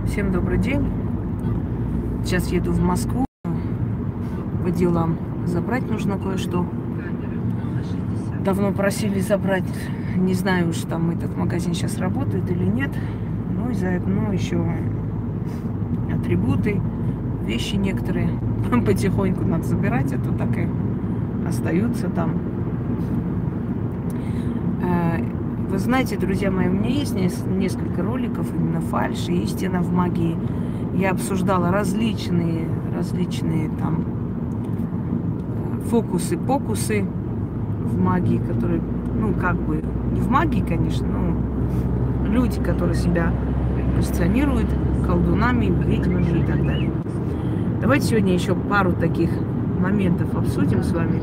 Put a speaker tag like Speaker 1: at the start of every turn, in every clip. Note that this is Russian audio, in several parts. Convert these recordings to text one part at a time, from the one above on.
Speaker 1: Всем добрый день. Сейчас еду в Москву по делам. Забрать нужно кое-что. Давно просили забрать. Не знаю уж, там этот магазин сейчас работает или нет. Ну и заодно еще атрибуты, вещи некоторые. Потихоньку надо забирать, а то так и остаются там. Вы знаете, друзья мои, у меня есть несколько роликов, именно фальшь и истина в магии. Я обсуждала различные там фокусы-покусы в магии, которые, не в магии, конечно, но люди, которые себя позиционируют колдунами, ведьмами и так далее. Давайте сегодня еще пару таких моментов обсудим с вами.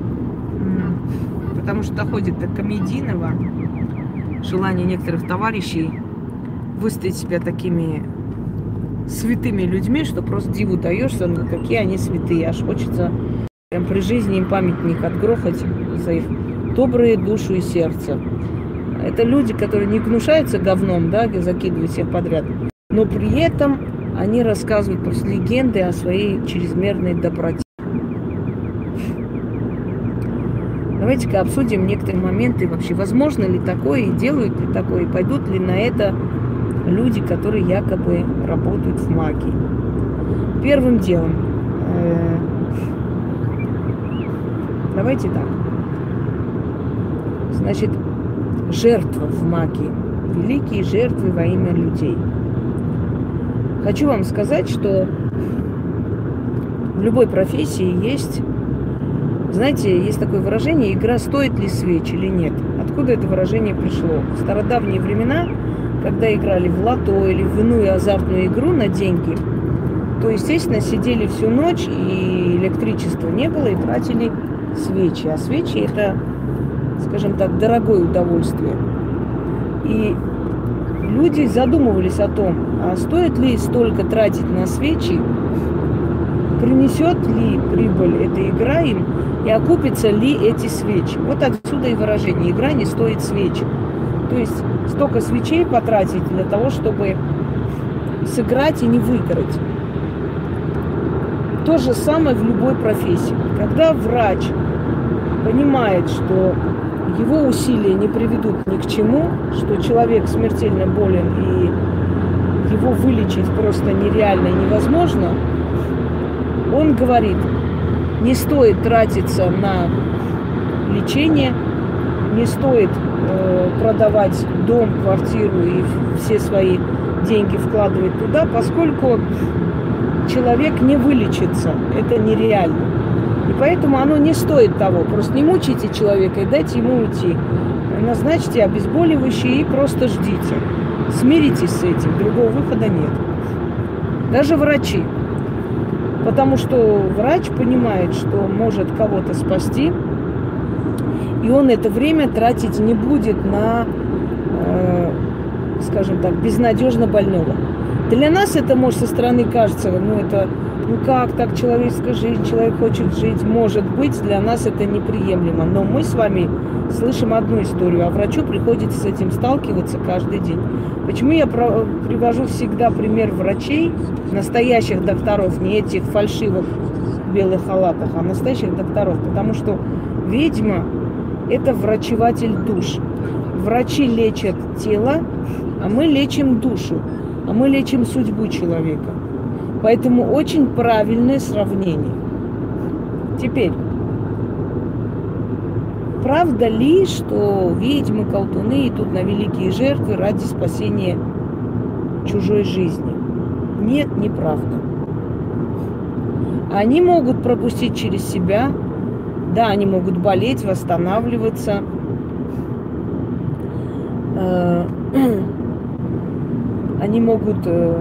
Speaker 1: Потому что доходит до комедийного желания некоторых товарищей выставить себя такими святыми людьми, что просто диву даешься, какие они святые. Аж хочется прям при жизни им памятник отгрохать за их добрые душу и сердце. Это люди, которые не гнушаются говном, да, закидывают всех подряд, но при этом они рассказывают просто легенды о своей чрезмерной доброте. Давайте-ка обсудим некоторые моменты вообще. Возможно ли такое, и делают ли такое, и пойдут ли на это люди, которые якобы работают в магии. Первым делом, давайте так. Значит, жертва в магии. Великие жертвы во имя людей. Хочу вам сказать, что в любой профессии есть... Знаете, есть такое выражение: игра стоит ли свеч или нет. Откуда это выражение пришло? В стародавние времена, когда играли в лото или в иную азартную игру на деньги, то, естественно, сидели всю ночь, и электричества не было, и тратили свечи. А свечи – это, скажем так, дорогое удовольствие. И люди задумывались о том, а стоит ли столько тратить на свечи, принесет ли прибыль эта игра им, и окупятся ли эти свечи. Вот отсюда и выражение: игра не стоит свеч. То есть столько свечей потратить для того, чтобы сыграть и не выиграть. То же самое в любой профессии. Когда врач понимает, что его усилия не приведут ни к чему, что человек смертельно болен и его вылечить просто нереально и невозможно, он говорит: не стоит тратиться на лечение, не стоит продавать дом, квартиру и все свои деньги вкладывать туда, поскольку человек не вылечится. Это нереально. И поэтому оно не стоит того. Просто не мучайте человека и дайте ему уйти. Назначьте обезболивающие и просто ждите. Смиритесь с этим. Другого выхода нет. Даже врачи. Потому что врач понимает, что может кого-то спасти, и он это время тратить не будет на, скажем так, безнадежно больного. Для нас это, может, со стороны кажется, как так человеческая жизнь, человек хочет жить, может быть, для нас это неприемлемо. Но мы с вами слышим одну историю, а врачу приходится с этим сталкиваться каждый день. Почему я привожу всегда пример врачей, настоящих докторов, не этих фальшивых в белых халатах, а настоящих докторов? Потому что ведьма – это врачеватель душ. Врачи лечат тело, а мы лечим душу, а мы лечим судьбу человека. Поэтому очень правильное сравнение. Теперь, правда ли, что ведьмы, колдуны идут на великие жертвы ради спасения чужой жизни? Нет, неправда. Они могут пропустить через себя, да, они могут болеть, восстанавливаться, они могут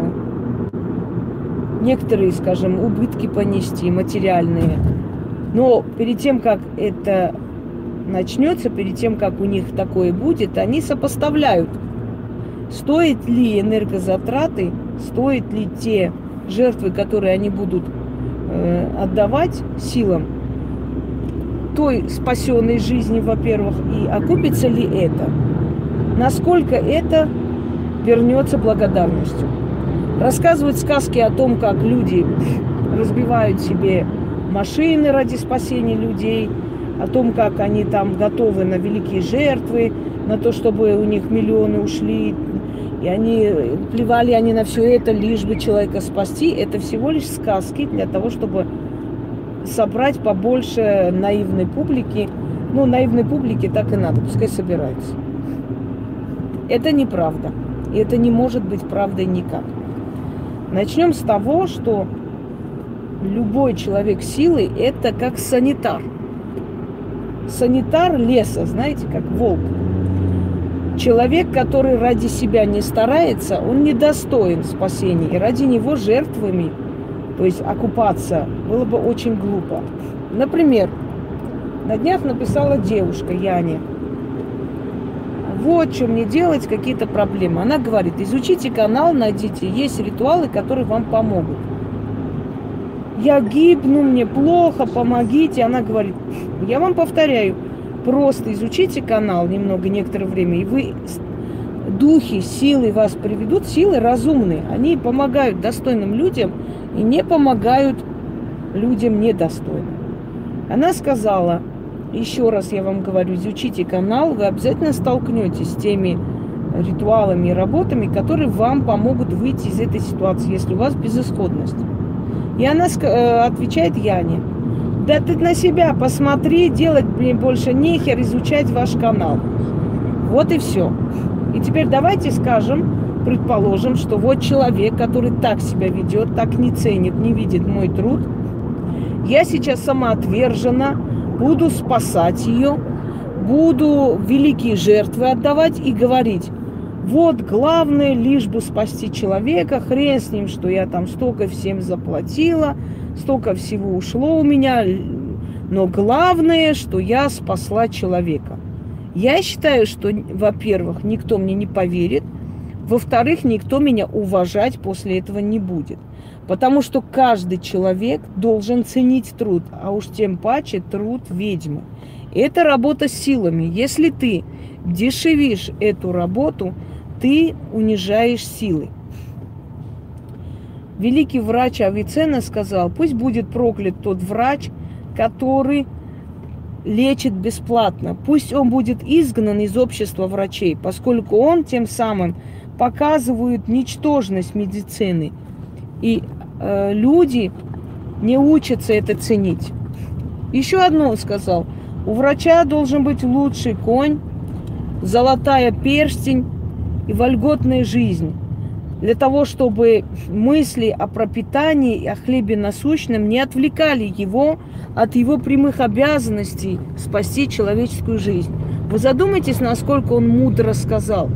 Speaker 1: некоторые, скажем, убытки понести материальные. Но перед тем, как это начнется, перед тем, как у них такое будет, они сопоставляют, стоит ли энергозатраты, стоит ли те жертвы, которые они будут отдавать силам той спасенной жизни, во-первых, и окупится ли это, насколько это вернется благодарностью. Рассказывают сказки о том, как люди разбивают себе машины ради спасения людей, о том, как они там готовы на великие жертвы, на то, чтобы у них миллионы ушли, и они плевали они на все это, лишь бы человека спасти. Это всего лишь сказки для того, чтобы собрать побольше наивной публики. Ну, наивной публике так и надо, пускай собирается. Это неправда. И это не может быть правдой никак. Начнем с того, что любой человек силы – это как санитар. Санитар леса, знаете, как волк. Человек, который ради себя не старается, он недостоин спасения. И ради него жертвами, то есть окупаться, было бы очень глупо. Например, на днях написала девушка Яне: вот что мне делать, какие-то проблемы. Она говорит: изучите канал, найдите, есть ритуалы, которые вам помогут. Я гибну, мне плохо, помогите. Она говорит: я вам повторяю, просто изучите канал немного, некоторое время, и вы, духи, силы вас приведут, силы разумные. Они помогают достойным людям и не помогают людям недостойным. Она сказала: еще раз я вам говорю, изучите канал, вы обязательно столкнетесь с теми ритуалами и работами, которые вам помогут выйти из этой ситуации, если у вас безысходность. И она отвечает Яне: да ты на себя посмотри, делать мне больше нехер, изучать ваш канал. Вот и все. И теперь давайте скажем, предположим, что вот человек, который так себя ведет, так не ценит, не видит мой труд. Я сейчас самоотверженно буду спасать ее, буду великие жертвы отдавать и говорить: вот главное, лишь бы спасти человека, хрен с ним, что я там столько всем заплатила, столько всего ушло у меня, но главное, что я спасла человека. Я считаю, что, во-первых, никто мне не поверит, во-вторых, никто меня уважать после этого не будет. Потому что каждый человек должен ценить труд, а уж тем паче труд ведьмы. Это работа с силами. Если ты дешевишь эту работу, ты унижаешь силы. Великий врач Авиценна сказал: пусть будет проклят тот врач, который лечит бесплатно. Пусть он будет изгнан из общества врачей, поскольку он тем самым показывает ничтожность медицины. И люди не учатся это ценить. Еще одно он сказал: у врача должен быть лучший конь, золотая перстень и вольготная жизнь. Для того, чтобы мысли о пропитании и о хлебе насущном не отвлекали его от его прямых обязанностей спасти человеческую жизнь. Вы задумайтесь, насколько он мудро сказал.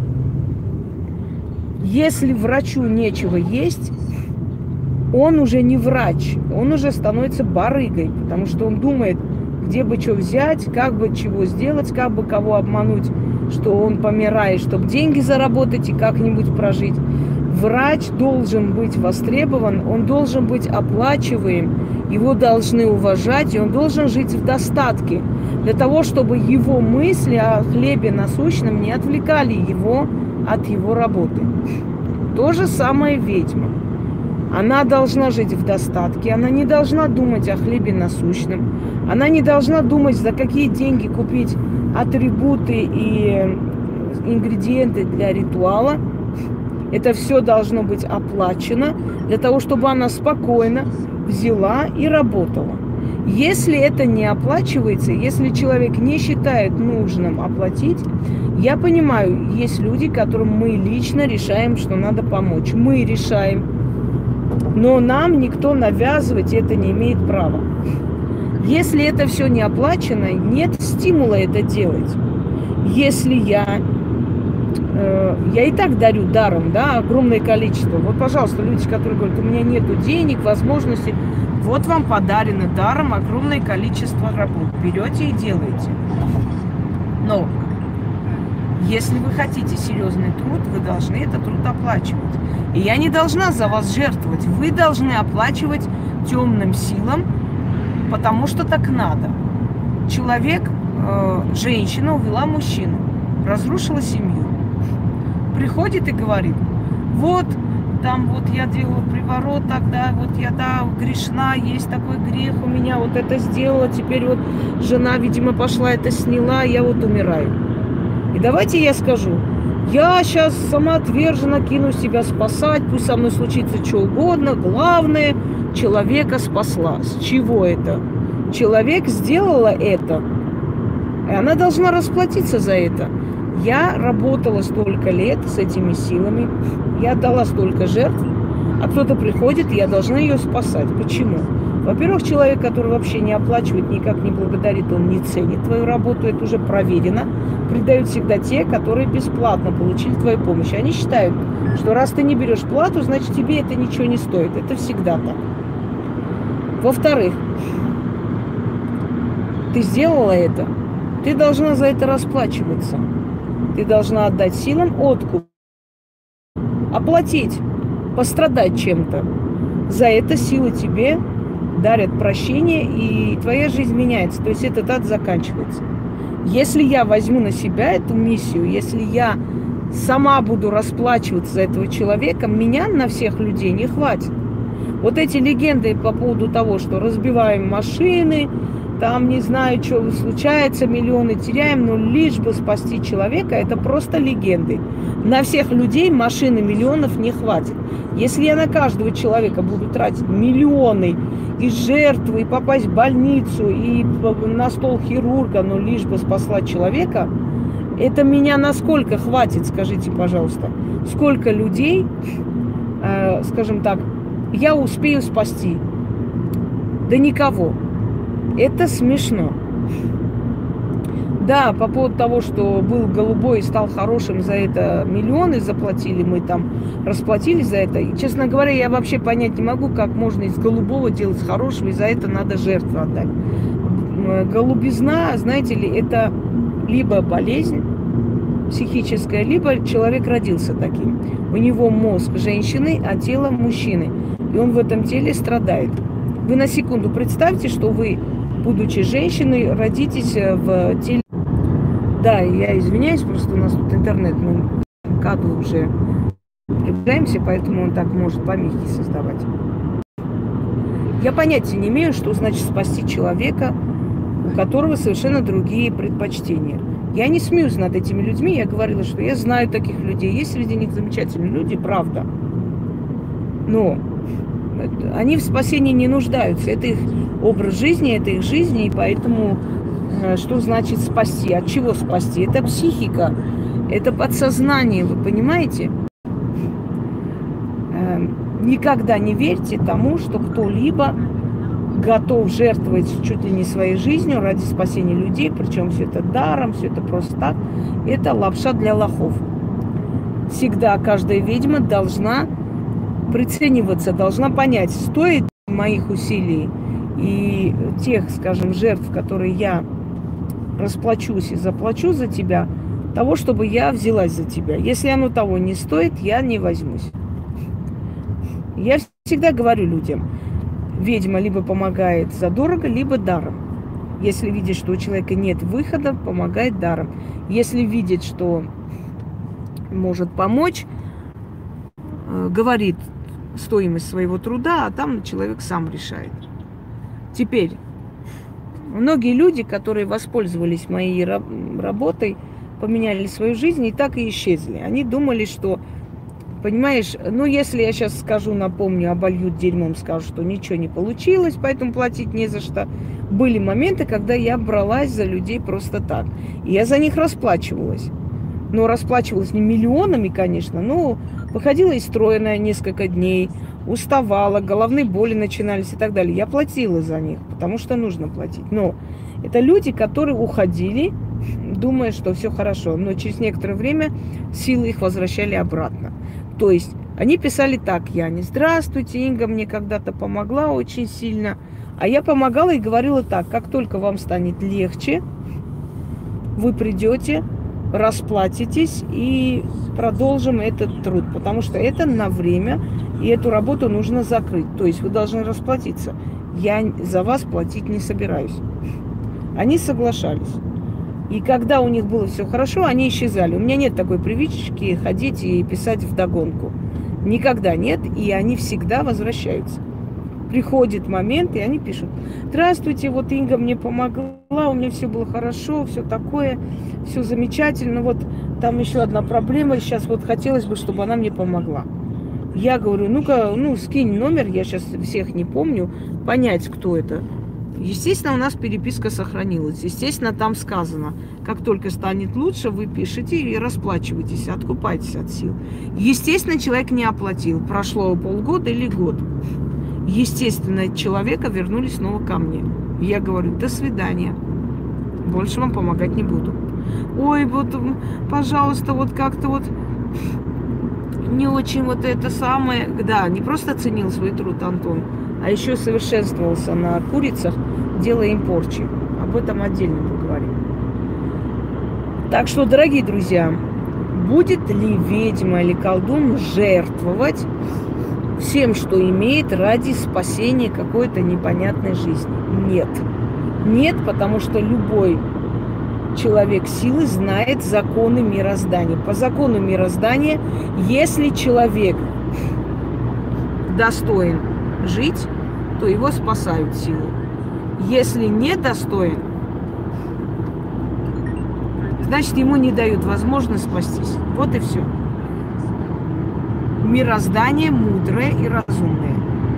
Speaker 1: Если врачу нечего есть, он уже не врач, он уже становится барыгой, потому что он думает, где бы что взять, как бы чего сделать, как бы кого обмануть, что он помирает, чтобы деньги заработать и как-нибудь прожить. Врач должен быть востребован, он должен быть оплачиваем, его должны уважать, и он должен жить в достатке, для того, чтобы его мысли о хлебе насущном не отвлекали его от его работы. То же самое ведьма. Она должна жить в достатке, она не должна думать о хлебе насущном, она не должна думать, за какие деньги купить атрибуты и ингредиенты для ритуала. Это все должно быть оплачено для того, чтобы она спокойно взяла и работала. Если это не оплачивается, если человек не считает нужным оплатить, я понимаю, есть люди, которым мы лично решаем, что надо помочь. Мы решаем, но нам никто навязывать это не имеет права. Если это все не оплачено, нет стимула это делать. Если я и так дарю даром, да, огромное количество. Вот, пожалуйста, люди, которые говорят: у меня нету денег, возможностей, вот вам подарено даром огромное количество работ. Берете и делаете. Но если вы хотите серьезный труд, вы должны этот труд оплачивать. И я не должна за вас жертвовать. Вы должны оплачивать темным силам, потому что так надо. Человек, женщина увела мужчину, разрушила семью. Приходит и говорит: вот там вот я делала приворот тогда, вот я, да, грешна, есть такой грех у меня, вот это сделала, теперь вот жена, видимо, пошла, это сняла, я вот умираю. И давайте я скажу, я сейчас самоотверженно кину себя спасать, пусть со мной случится что угодно, главное, человека спасла. С чего это? Человек сделала это, и она должна расплатиться за это. Я работала столько лет с этими силами, я отдала столько жертв, а кто-то приходит, и я должна ее спасать. Почему? Во-первых, человек, который вообще не оплачивает, никак не благодарит, он не ценит твою работу, это уже проверено. Предают всегда те, которые бесплатно получили твою помощь. Они считают, что раз ты не берешь плату, значит тебе это ничего не стоит. Это всегда так. Во-вторых, ты сделала это, ты должна за это расплачиваться. Ты должна отдать силам откуп, оплатить, пострадать чем-то. За это силы тебе дарят прощение, и твоя жизнь меняется. То есть этот ад заканчивается. Если я возьму на себя эту миссию, если я сама буду расплачиваться за этого человека, меня на всех людей не хватит. Вот эти легенды по поводу того, что разбиваем машины, там не знаю, что случается, миллионы теряем, но лишь бы спасти человека, это просто легенды. На всех людей машины миллионов не хватит. Если я на каждого человека буду тратить миллионы и жертвы, и попасть в больницу, и на стол хирурга, но лишь бы спасла человека, это меня насколько хватит, скажите, пожалуйста. Сколько людей, скажем так, я успею спасти? Да никого. Это смешно. Да, по поводу того, что был голубой и стал хорошим, за это миллионы заплатили, мы там расплатились за это. И, честно говоря, я вообще понять не могу, как можно из голубого делать хорошего, и за это надо жертву отдать. Голубизна, знаете ли, это либо болезнь психическая, либо человек родился таким. У него мозг женщины, а тело мужчины. И он в этом теле страдает. Вы на секунду представьте, что вы, будучи женщиной, родитесь в теле... Да, я извиняюсь, просто у нас тут интернет, мы к аду уже приближаемся, поэтому он так может помехи создавать. Я понятия не имею, что значит спасти человека, у которого совершенно другие предпочтения. Я не смеюсь над этими людьми, я говорила, что я знаю таких людей, есть среди них замечательные люди, правда. Но они в спасении не нуждаются. Это их образ жизни, это их жизнь, и поэтому что значит спасти? От чего спасти? Это психика, это подсознание, вы понимаете? Никогда не верьте тому, что кто-либо готов жертвовать чуть ли не своей жизнью ради спасения людей, причем все это даром, все это просто так. Это лапша для лохов. Всегда каждая ведьма должна прицениваться, должна понять, стоит моих усилий и тех, скажем, жертв, которые я расплачусь и заплачу за тебя, того, чтобы я взялась за тебя. Если оно того не стоит, я не возьмусь. Я всегда говорю людям, ведьма либо помогает задорого, либо даром. Если видит, что у человека нет выхода, помогает даром. Если видит, что может помочь, говорит стоимость своего труда, а там человек сам решает. Теперь, многие люди, которые воспользовались моей работой, поменяли свою жизнь и так и исчезли. Они думали, что, понимаешь, ну если я сейчас скажу, напомню, обольют дерьмом, скажу, что ничего не получилось, поэтому платить не за что. Были моменты, когда я бралась за людей просто так. И я за них расплачивалась. Но расплачивалась не миллионами, конечно, но выходила из строя на несколько дней, уставала, головные боли начинались и так далее. Я платила за них, потому что нужно платить. Но это люди, которые уходили, думая, что все хорошо. Но через некоторое время силы их возвращали обратно. То есть они писали так, Яне: здравствуйте, Инга мне когда-то помогла очень сильно. А я помогала и говорила так: как только вам станет легче, вы придете, расплатитесь и продолжим этот труд, потому что это на время, и эту работу нужно закрыть. То есть вы должны расплатиться. Я за вас платить не собираюсь. Они соглашались. И когда у них было все хорошо, они исчезали. У меня нет такой привычки ходить и писать вдогонку. Никогда нет, и они всегда возвращаются. Приходит момент, и они пишут: здравствуйте, вот Инга мне помогла, у меня все было хорошо, все такое, все замечательно, вот там еще одна проблема, сейчас вот хотелось бы, чтобы она мне помогла. Я говорю: ну-ка, скинь номер, я сейчас всех не помню, понять, кто это. Естественно, у нас переписка сохранилась. Естественно, там сказано: как только станет лучше, вы пишите и расплачиваетесь, откупайтесь от сил. Естественно, человек не оплатил. Прошло полгода или год. Естественно, человека вернули снова ко мне. Я говорю: до свидания. Больше вам помогать не буду. Ой, вот, пожалуйста, вот как-то вот не очень вот это самое. Да, не просто ценил свой труд Антон, а еще совершенствовался на курицах, делая им порчи. Об этом отдельно поговорим. Так что, дорогие друзья, будет ли ведьма или колдун жертвовать всем, что имеет, ради спасения какой-то непонятной жизни? Нет. Нет, потому что любой человек силы знает законы мироздания. По закону мироздания, если человек достоин жить, то его спасают силы. Если не достоин, значит, ему не дают возможность спастись. Вот и все. Мироздание мудрое и разумное.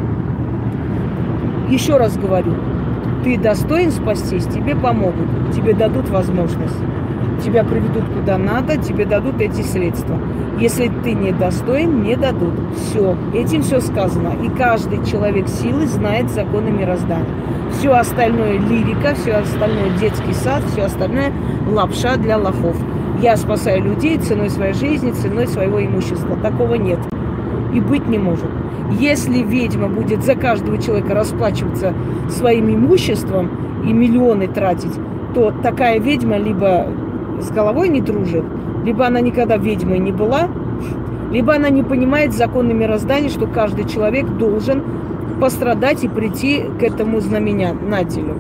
Speaker 1: Еще раз говорю, ты достоин спастись, тебе помогут, тебе дадут возможность. Тебя приведут куда надо, тебе дадут эти средства. Если ты не достоин, не дадут. Все. Этим все сказано. И каждый человек силы знает законы мироздания. Все остальное лирика, все остальное детский сад, все остальное лапша для лохов. Я спасаю людей ценой своей жизни, ценой своего имущества. Такого нет. И быть не может. Если ведьма будет за каждого человека расплачиваться своим имуществом и миллионы тратить, то такая ведьма либо с головой не дружит, либо она никогда ведьмой не была, либо она не понимает законы мироздания, что каждый человек должен пострадать и прийти к этому знаменателю.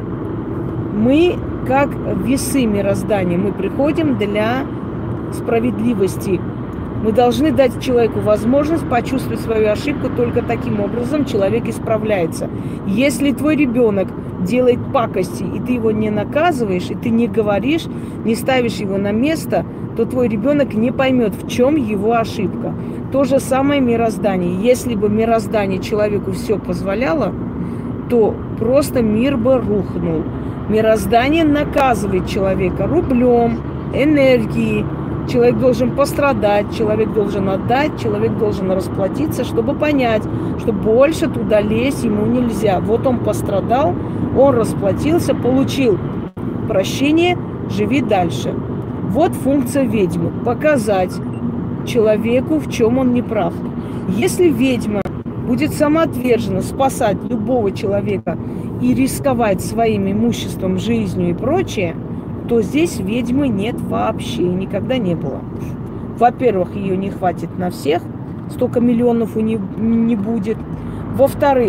Speaker 1: Мы, как весы мироздания, мы приходим для справедливости. Мы должны дать человеку возможность почувствовать свою ошибку, только таким образом человек исправляется. Если твой ребенок делает пакости, и ты его не наказываешь, и ты не говоришь, не ставишь его на место, то твой ребенок не поймет, в чем его ошибка. То же самое мироздание. Если бы мироздание человеку все позволяло, то просто мир бы рухнул. Мироздание наказывает человека рублем, энергией. Человек должен пострадать, человек должен отдать, человек должен расплатиться, чтобы понять, что больше туда лезть ему нельзя. Вот он пострадал, он расплатился, получил прощение, живи дальше. Вот функция ведьмы – показать человеку, в чем он не прав. Если ведьма будет самоотверженно спасать любого человека и рисковать своим имуществом, жизнью и прочее, то здесь ведьмы нет вообще, никогда не было. Во-первых, ее не хватит на всех, столько миллионов у нее не будет. Во-вторых,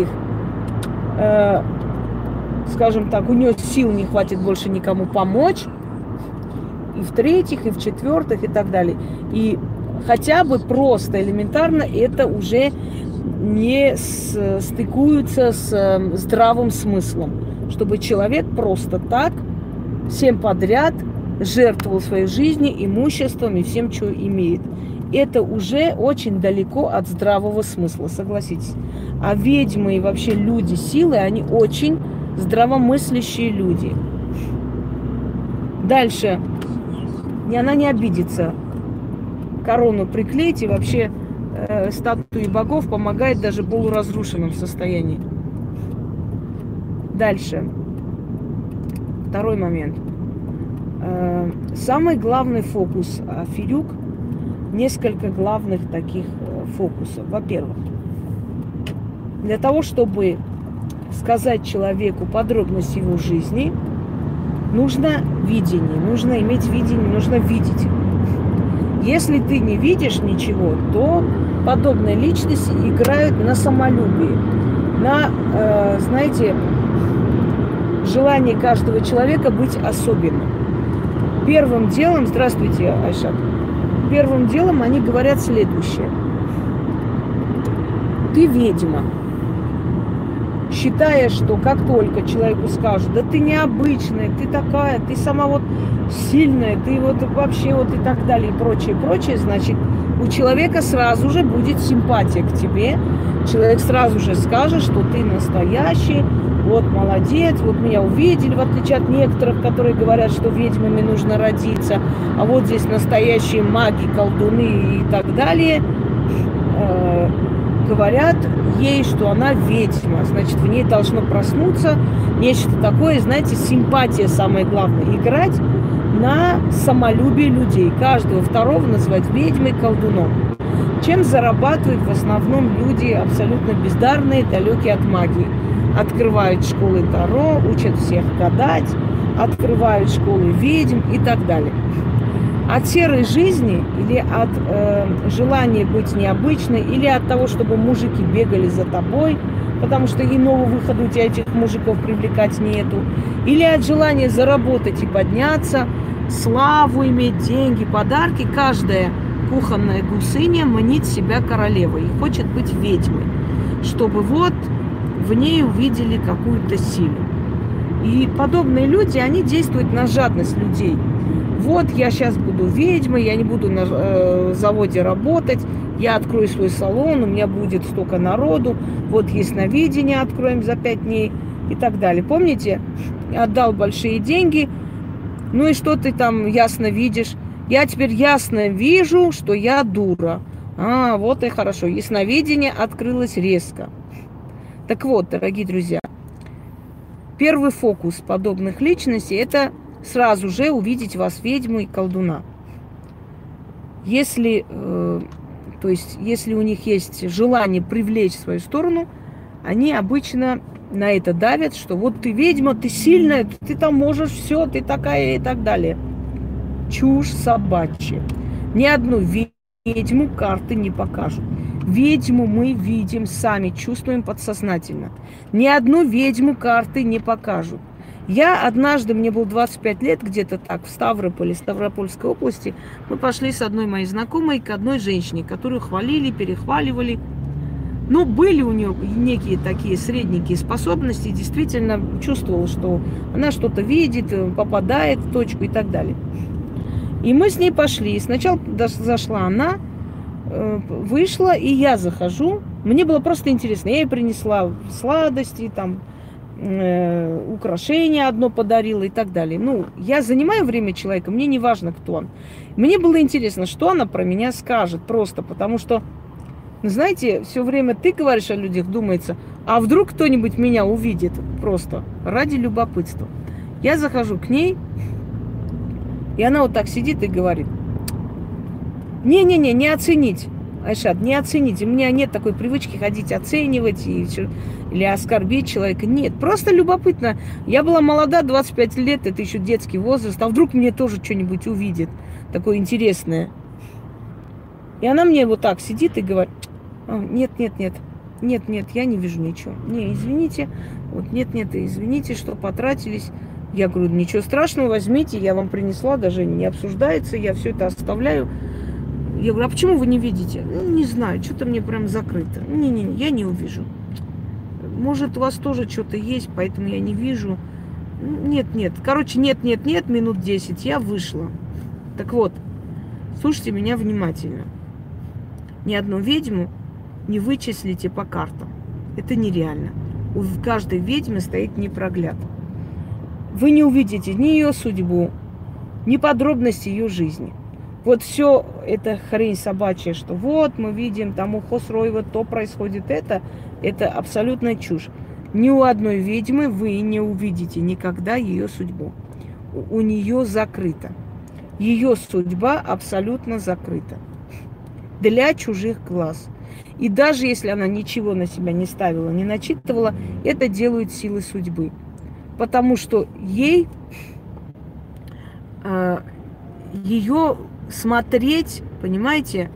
Speaker 1: скажем так, у нее сил не хватит больше никому помочь. И в-третьих, и в-четвертых, и так далее. И хотя бы просто элементарно это уже не стыкуется с здравым смыслом. Чтобы человек просто так всем подряд жертвовал своей жизнью, имуществом и всем, что имеет. Это уже очень далеко от здравого смысла, согласитесь. А ведьмы и вообще люди силы, они очень здравомыслящие люди. Дальше. Она не обидится. Корону приклеить, и вообще статуи богов помогает даже полуразрушенном состоянии. Дальше. Второй момент. Самый главный фокус Филюк, несколько главных таких фокусов. Во-первых, для того, чтобы сказать человеку подробность его жизни, нужно видение, нужно иметь видение, нужно видеть. Если ты не видишь ничего, то подобные личности играют на самолюбии, на, знаете, желание каждого человека быть особенным. Первым делом, здравствуйте, Айшат, первым делом они говорят следующее. ты ведьма. Считая, что как только человеку скажут, да ты необычная, ты такая, ты сама вот сильная, ты вот вообще вот и так далее, и прочее, прочее, значит, у человека сразу же будет симпатия к тебе. Человек сразу же скажет, что ты настоящий, вот молодец, вот меня увидели, в отличие от некоторых, которые говорят, что ведьмами нужно родиться, а вот здесь настоящие маги, колдуны и так далее. Говорят ей, что она ведьма, значит, в ней должно проснуться нечто такое, знаете, симпатия самое главное, играть на самолюбие людей. Каждого второго называть ведьмой, колдуном. Чем зарабатывают в основном люди абсолютно бездарные, далекие от магии. Открывают школы Таро, учат всех гадать, открывают школы ведьм и так далее. От серой жизни или от желания быть необычной, или от того, чтобы мужики бегали за тобой, потому что иного выхода у тебя этих мужиков привлекать нету, или от желания заработать и подняться, славу иметь, деньги, подарки, каждая кухонная гусыня мнит себя королевой и хочет быть ведьмой, чтобы вот в ней увидели какую-то силу. И подобные люди, они действуют на жадность людей. Вот я сейчас буду ведьмой, я не буду на заводе работать, я открою свой салон, у меня будет столько народу, вот ясновидение откроем за 5 дней и так далее. Помните, отдал большие деньги, ну и что ты там ясно видишь? Я теперь ясно вижу, что я дура. Вот и хорошо, ясновидение открылось резко. Так вот, дорогие друзья, первый фокус подобных личностей – это сразу же увидеть вас ведьму и колдуна. Если, то есть, если у них есть желание привлечь в свою сторону, они обычно на это давят, что вот ты ведьма, ты сильная, ты там можешь все, ты такая и так далее. Чушь собачья. Ни одну ведьму карты не покажут. Ведьму мы видим сами, чувствуем подсознательно. Ни одну ведьму карты не покажут. Я однажды, мне было 25 лет, где-то так, в Ставрополе, Ставропольской области, мы пошли с одной моей знакомой к одной женщине, которую хвалили, перехваливали. Ну, были у нее некие такие средненькие способности, действительно чувствовала, что она что-то видит, попадает в точку и так далее. И мы с ней пошли. Сначала зашла она, вышла, и я захожу. Мне было просто интересно. Я ей принесла сладости, там, украшение одно подарила и так далее. Ну, я занимаю время человека, мне не важно, кто он. Мне было интересно, что она про меня скажет, просто потому что, знаете, все время ты говоришь о людях, думается, а вдруг кто-нибудь меня увидит, просто ради любопытства. Я захожу к ней, и она вот так сидит и говорит: не оценить, Айшат, не оцените. У меня нет такой привычки ходить оценивать или оскорбить человека. Нет, просто любопытно. Я была молода, 25 лет, это еще детский возраст. А вдруг мне тоже что-нибудь увидит такое интересное? И она мне вот так сидит и говорит: нет, я не вижу ничего. Не, извините, вот нет, извините, что потратились. Я говорю: ничего страшного, возьмите, я вам принесла, даже не обсуждается, я все это оставляю. Я говорю: а почему вы не видите? Ну, не знаю, что-то мне прям закрыто. Не, я не увижу. Может, у вас тоже что-то есть, поэтому я не вижу. Нет. Короче, нет, минут 10 я вышла. Так вот, слушайте меня внимательно. Ни одну ведьму не вычислите по картам. Это нереально. У каждой ведьмы стоит непрогляд. Вы не увидите ни ее судьбу, ни подробности ее жизни. Вот все это хрень собачья, что вот мы видим, там у Хосроева то происходит, это абсолютная чушь. Ни у одной ведьмы вы не увидите никогда ее судьбу. У нее закрыто. Ее судьба абсолютно закрыта. Для чужих глаз. И даже если она ничего на себя не ставила, не начитывала, это делают силы судьбы. Потому что ей ее смотреть, понимаете,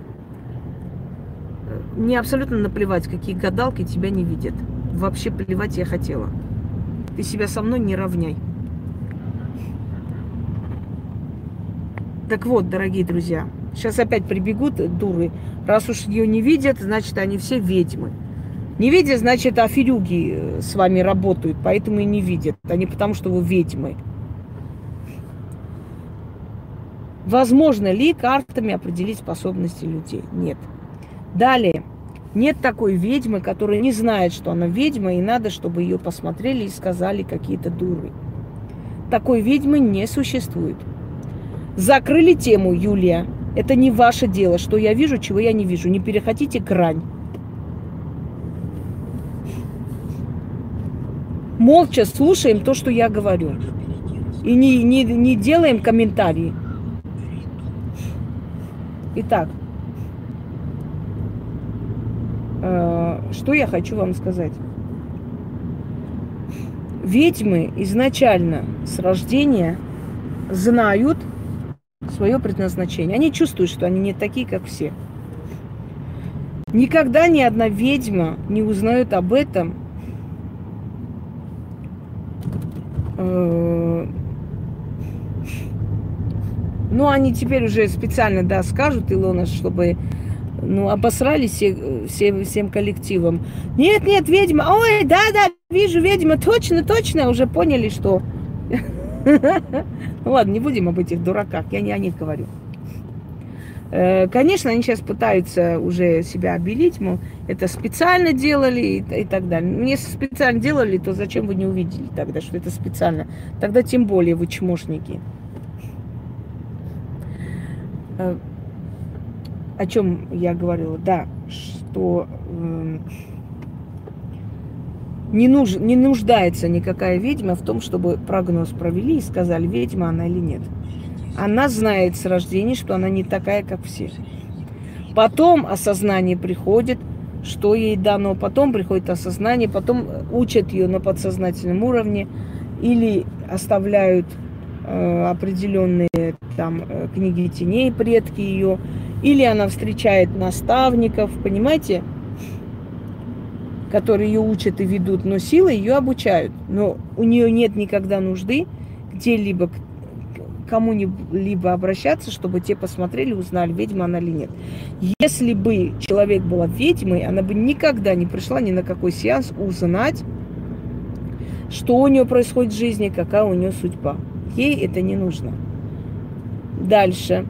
Speaker 1: мне абсолютно наплевать, какие гадалки тебя не видят. Вообще плевать я хотела. Ты себя со мной не равняй. Так вот, дорогие друзья, сейчас опять прибегут дуры. Раз уж ее не видят, значит, они все ведьмы. Не видят, значит, аферюги с вами работают, поэтому и не видят, а не потому, что вы ведьмы. Возможно ли картами определить способности людей? Нет. Далее. Нет такой ведьмы, которая не знает, что она ведьма, и надо, чтобы ее посмотрели и сказали какие-то дуры. Такой ведьмы не существует. Закрыли тему, Юлия. Это не ваше дело, что я вижу, чего я не вижу. Не переходите грань. Молча слушаем то, что я говорю. И не делаем комментарии. Итак, что я хочу вам сказать. Ведьмы изначально с рождения знают свое предназначение. Они чувствуют, что они не такие, как все. Никогда ни одна ведьма не узнает об этом ну, они теперь уже специально, да, скажут, Илона, чтобы, ну, обосрались всем коллективом. Нет, ведьма, ой, да, вижу, ведьма, точно, уже поняли, что... Ну, ладно, не будем об этих дураках, я не о них говорю. Конечно, они сейчас пытаются уже себя обелить, мол, это специально делали и так далее. Ну, если специально делали, то зачем вы не увидели тогда, что это специально? Тогда тем более вы чмошники. О чем я говорила? Да, что не нуждается никакая ведьма в том, чтобы прогноз провели и сказали, ведьма она или нет. Она знает с рождения, что она не такая, как все. Потом осознание приходит, что ей дано. Потом приходит осознание, потом учат ее на подсознательном уровне или оставляют определенные там книги теней, предки ее, или она встречает наставников, понимаете, которые ее учат и ведут, но силой ее обучают. Но у нее нет никогда нужды где-либо кому-либо обращаться, чтобы те посмотрели, узнали, ведьма она или нет. Если бы человек была ведьмой, она бы никогда не пришла ни на какой сеанс узнать, что у нее происходит в жизни, какая у нее судьба. Ей это не нужно. Дальше.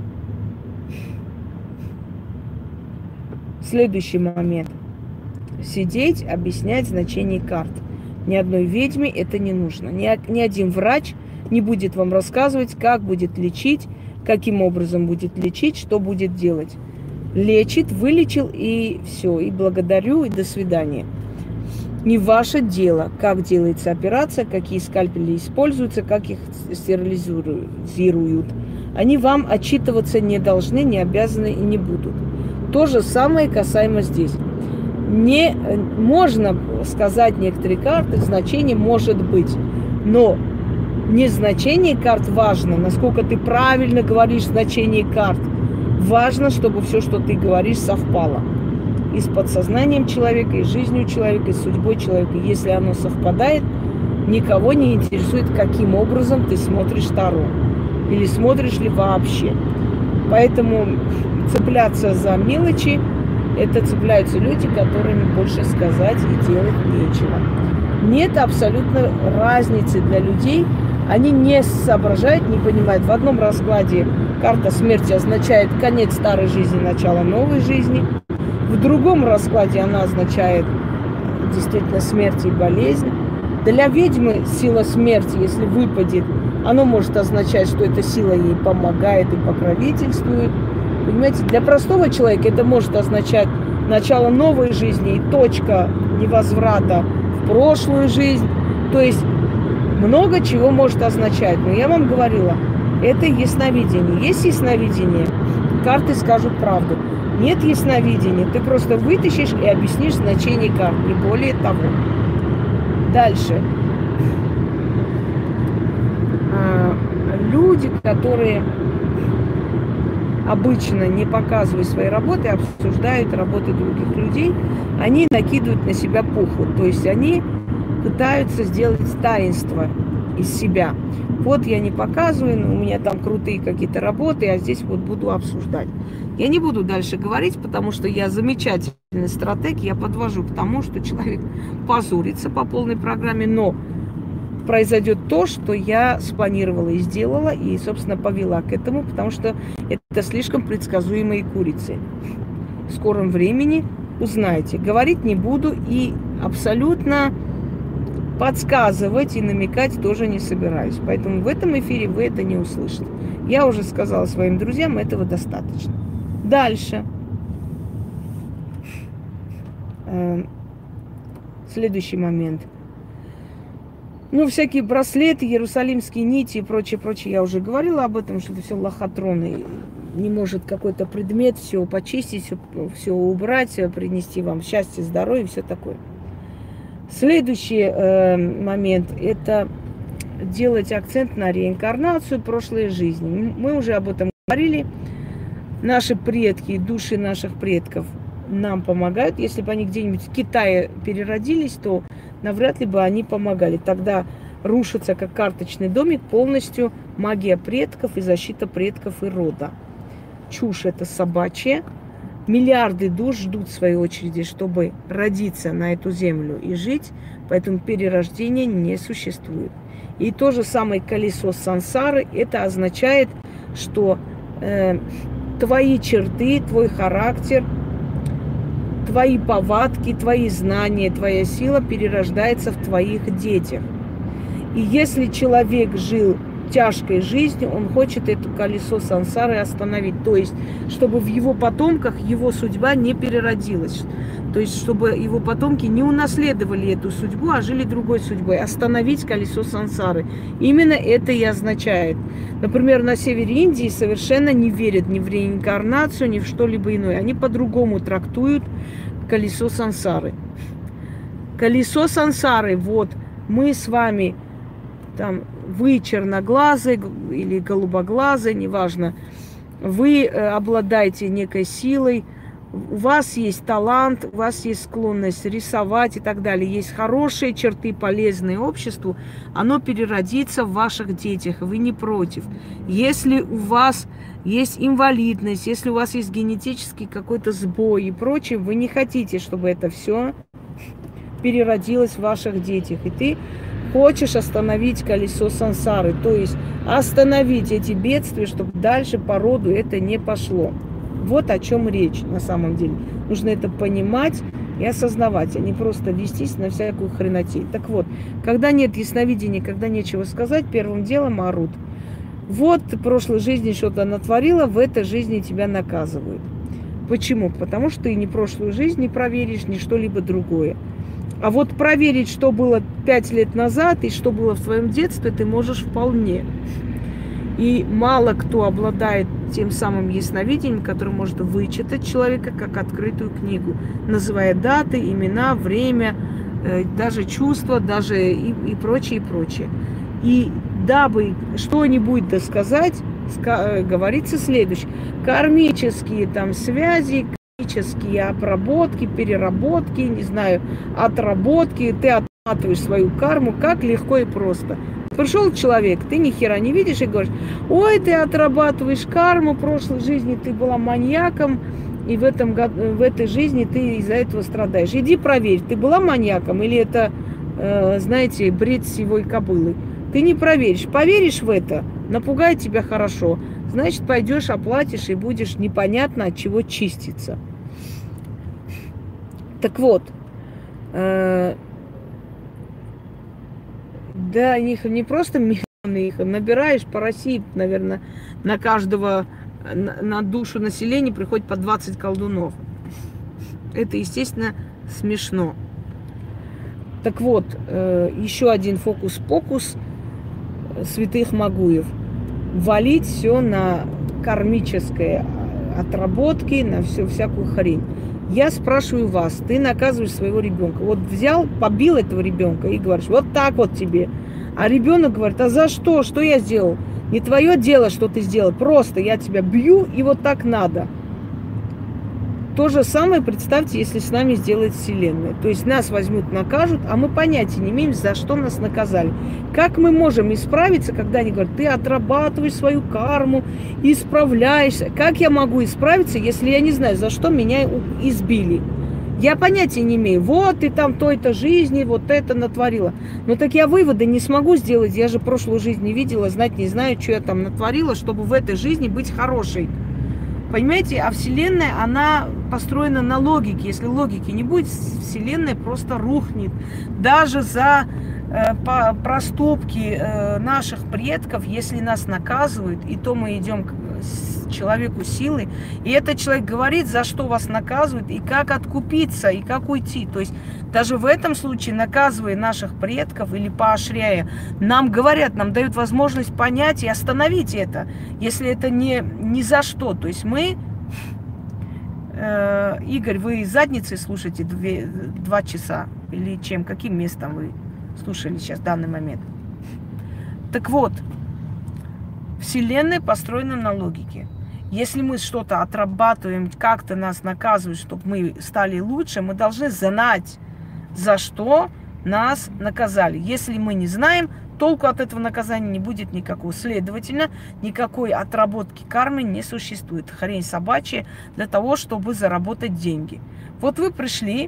Speaker 1: Следующий момент. Сидеть, объяснять значение карт. Ни одной ведьме это не нужно. Ни один врач не будет вам рассказывать, как будет лечить, каким образом будет лечить, что будет делать. Лечит, вылечил и все. И благодарю, и до свидания. Не ваше дело, как делается операция, какие скальпели используются, как их стерилизируют. Они вам отчитываться не должны, не обязаны и не будут. То же самое касаемо здесь. Не можно сказать некоторые карты, значение может быть, но не значение карт важно, насколько ты правильно говоришь значение карт. Важно, чтобы все, что ты говоришь, совпало. И с подсознанием человека, и с жизнью человека, и с судьбой человека. Если оно совпадает, никого не интересует, каким образом ты смотришь Таро. Или смотришь ли вообще. Поэтому цепляться за мелочи, это цепляются люди, которым больше сказать и делать нечего. Нет абсолютно разницы для людей. Они не соображают, не понимают. В одном раскладе карта смерти означает конец старой жизни, начало новой жизни. В другом раскладе она означает действительно смерть и болезнь. Для ведьмы сила смерти, если выпадет, оно может означать, что эта сила ей помогает и покровительствует. Понимаете, для простого человека это может означать начало новой жизни и точка невозврата в прошлую жизнь. То есть много чего может означать. Но я вам говорила, это ясновидение. Есть ясновидение, карты скажут правду. Нет ясновидения, ты просто вытащишь и объяснишь значение карт, не более того. Дальше. Люди, которые обычно не показывают свои работы, обсуждают работы других людей, они накидывают на себя пуху. То есть они пытаются сделать таинство из себя. Вот я не показываю, у меня там крутые какие-то работы, а здесь вот буду обсуждать. Я не буду дальше говорить, потому что я замечательный стратег, я подвожу к тому, что человек позорится по полной программе, но произойдет то, что я спланировала и сделала, и, собственно, повела к этому, потому что это слишком предсказуемые курицы. В скором времени узнаете. Говорить не буду и абсолютно подсказывать и намекать тоже не собираюсь. Поэтому в этом эфире вы это не услышите. Я уже сказала своим друзьям, этого достаточно. Дальше. Следующий момент. Ну, всякие браслеты, иерусалимские нити и прочее, я уже говорила об этом, что это все лохотрон, и не может какой-то предмет все почистить, все убрать, принести вам счастье, здоровье и все такое. Следующий момент – это делать акцент на реинкарнацию прошлой жизни. Мы уже об этом говорили. Наши предки, души наших предков нам помогают. Если бы они где-нибудь в Китае переродились, то навряд ли бы они помогали. Тогда рушится, как карточный домик, полностью магия предков и защита предков и рода. Чушь это собачья. Миллиарды душ ждут в своей очереди, чтобы родиться на эту землю и жить, поэтому перерождения не существует. И то же самое колесо сансары, это означает, что твои черты, твой характер, твои повадки, твои знания, твоя сила перерождается в твоих детях. И если человек жил тяжкой жизнью, он хочет это колесо сансары остановить. То есть, чтобы в его потомках его судьба не переродилась. То есть, чтобы его потомки не унаследовали эту судьбу, а жили другой судьбой. Остановить колесо сансары. Именно это и означает. Например, на севере Индии совершенно не верят ни в реинкарнацию, ни в что-либо иное. Они по-другому трактуют колесо сансары. Колесо сансары, вот, мы с вами, там, вы черноглазый или голубоглазый, неважно, вы обладаете некой силой, у вас есть талант, у вас есть склонность рисовать и так далее, есть хорошие черты, полезные обществу, оно переродится в ваших детях, вы не против. Если у вас есть инвалидность, если у вас есть генетический какой-то сбой и прочее, вы не хотите, чтобы это все переродилось в ваших детях. И ты хочешь остановить колесо сансары, то есть остановить эти бедствия, чтобы дальше по роду это не пошло. Вот о чем речь на самом деле. Нужно это понимать и осознавать, а не просто вестись на всякую хренотень. Так вот, когда нет ясновидения, когда нечего сказать, первым делом орут. Вот ты в прошлой жизни что-то натворила, в этой жизни тебя наказывают. Почему? Потому что ты ни прошлую жизнь не проверишь, ни что-либо другое. А вот проверить, что было 5 лет назад и что было в твоем детстве, ты можешь вполне. И мало кто обладает тем самым ясновидением, которое может вычитать человека как открытую книгу, называя даты, имена, время, даже чувства, даже и прочее, и прочее. И дабы что-нибудь досказать, говорится следующее. Кармические там связи, кармические обработки, переработки, не знаю, отработки, ты отрабатываешь свою карму, как легко и просто. Пришел человек, ты ни хера не видишь и говоришь: ой, ты отрабатываешь карму, в прошлой жизни ты была маньяком, и в этой жизни ты из-за этого страдаешь. Иди проверь, ты была маньяком или это, знаете, бред сивой кобылы. Ты не проверишь. Поверишь в это, напугает тебя хорошо. Значит, пойдешь, оплатишь и будешь непонятно от чего чиститься. Так вот, да, их не просто миллионы, их набираешь по России, наверное, на каждого, на душу населения приходит по 20 колдунов. Это, естественно, смешно. Так вот, еще один фокус-покус святых Магуев. Валить все на кармическое отработки, на всю всякую хрень. Я спрашиваю вас, ты наказываешь своего ребенка. Вот взял, побил этого ребенка и говоришь: вот так вот тебе. А ребенок говорит: а за что? Что я сделал? Не твое дело, что ты сделал. Просто я тебя бью, и вот так надо. То же самое представьте, если с нами сделает Вселенная. То есть нас возьмут, накажут, а мы понятия не имеем, за что нас наказали. Как мы можем исправиться, когда они говорят, ты отрабатываешь свою карму, исправляешься. Как я могу исправиться, если я не знаю, за что меня избили? Я понятия не имею. Вот ты там той-то жизни, вот это натворила. Но так я выводы не смогу сделать. Я же прошлую жизнь не видела, знать не знаю, что я там натворила, чтобы в этой жизни быть хорошей. Понимаете, а Вселенная, она построена на логике. Если логики не будет, Вселенная просто рухнет. Даже за проступки наших предков, если нас наказывают, и то мы идем к человеку силы, и этот человек говорит, за что вас наказывают, и как откупиться, и как уйти. То есть даже в этом случае, наказывая наших предков или поощряя, нам говорят, нам дают возможность понять и остановить это, если это не за что. То есть мы... Игорь, вы задницей слушаете 2 часа? Или чем? Каким местом вы слушали сейчас в данный момент? Так вот, Вселенная построена на логике. Если мы что-то отрабатываем, как-то нас наказывают, чтобы мы стали лучше, мы должны знать, за что нас наказали. Если мы не знаем, толку от этого наказания не будет никакого. Следовательно, никакой отработки кармы не существует. Хрень собачья для того, чтобы заработать деньги. Вот вы пришли.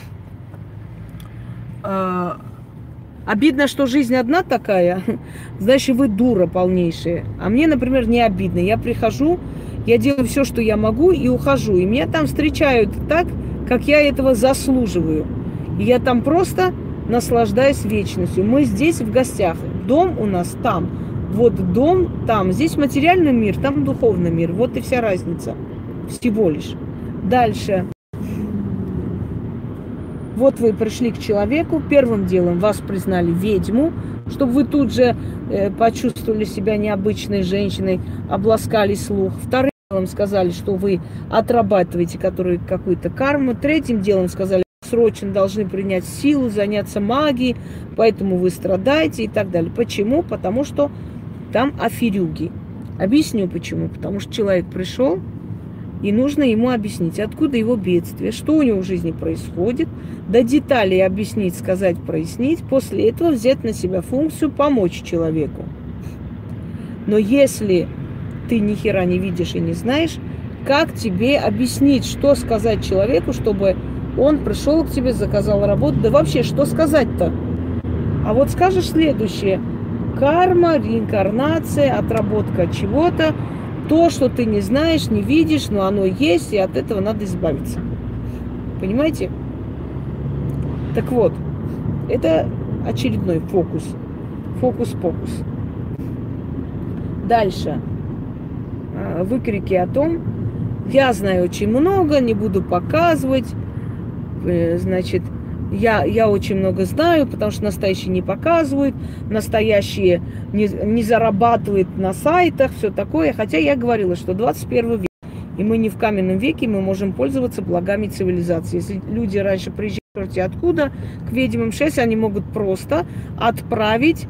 Speaker 1: Обидно, что жизнь одна такая, значит, вы дура полнейшая. А мне, например, не обидно. Я прихожу, я делаю все, что я могу, и ухожу. И меня там встречают так, как я этого заслуживаю. И я там просто наслаждаюсь вечностью. Мы здесь в гостях. Дом у нас там. Вот дом там. Здесь материальный мир, там духовный мир. Вот и вся разница. Всего лишь. Дальше. Вот вы пришли к человеку, первым делом вас признали ведьму, чтобы вы тут же почувствовали себя необычной женщиной, обласкали слух. Вторым делом сказали, что вы отрабатываете какую-то карму. Третьим делом сказали, срочно должны принять силу, заняться магией, поэтому вы страдаете и так далее. Почему? Потому что там аферюги. Объясню почему. Потому что человек пришел, и нужно ему объяснить, откуда его бедствие, что у него в жизни происходит, до деталей объяснить, сказать, прояснить, после этого взять на себя функцию помочь человеку. Но если ты ни хера не видишь и не знаешь, как тебе объяснить, что сказать человеку, чтобы он пришел к тебе, заказал работу, да вообще, что сказать-то? А вот скажешь следующее. Карма, реинкарнация, отработка чего-то, то, что ты не знаешь, не видишь, но оно есть, и от этого надо избавиться. Понимаете? Так вот, это очередной фокус. Фокус-покус. Дальше. Выкрики о том, я знаю очень много, не буду показывать, значит, я очень много знаю, потому что настоящие не показывают, настоящие не зарабатывают на сайтах, все такое. Хотя я говорила, что 21 век, и мы не в каменном веке, мы можем пользоваться благами цивилизации. Если люди раньше приезжали откуда к ведьмам 6, они могут просто отправить,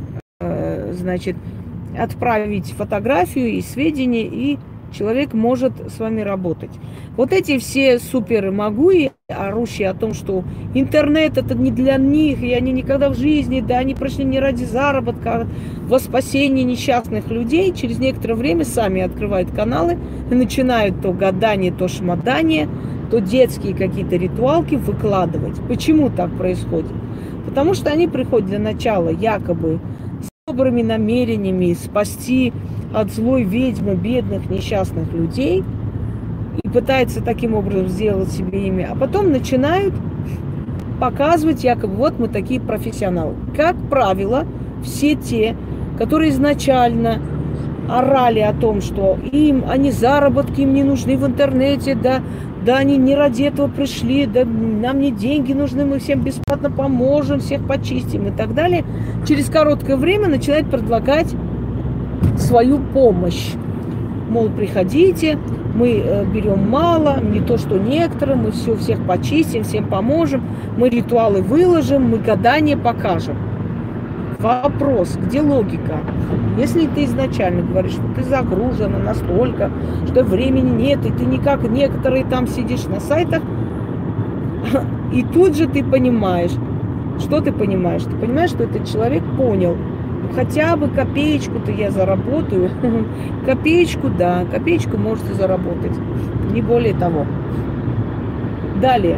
Speaker 1: отправить фотографию и сведения, и человек может с вами работать. Вот эти все супермагуи, орущие о том, что интернет это не для них, и они никогда в жизни, да, они пришли не ради заработка, а во спасение несчастных людей, через некоторое время сами открывают каналы и начинают то гадание, то шмадание, то детские какие-то ритуалки выкладывать. Почему так происходит? Потому что они приходят для начала якобы с добрыми намерениями спасти от злой ведьмы бедных несчастных людей и пытаются таким образом сделать себе имя, а потом начинают показывать, якобы вот мы такие профессионалы. Как правило, все те, которые изначально орали о том, что они заработки им не нужны в интернете, да они не ради этого пришли, да нам не деньги нужны, мы всем бесплатно поможем, всех почистим и так далее, через короткое время начинают предлагать свою помощь. Мол, приходите, мы берем мало, не то что некоторые, мы всех почистим, всем поможем, мы ритуалы выложим, мы гадание покажем. Вопрос, где логика? Если ты изначально говоришь, что ты загружена настолько, что времени нет, и ты не как некоторые там сидишь на сайтах, и тут же ты понимаешь, что ты понимаешь? Ты понимаешь, что этот человек понял, хотя бы копеечку-то я заработаю. Копеечку, да, копеечку можете заработать, не более того. Далее.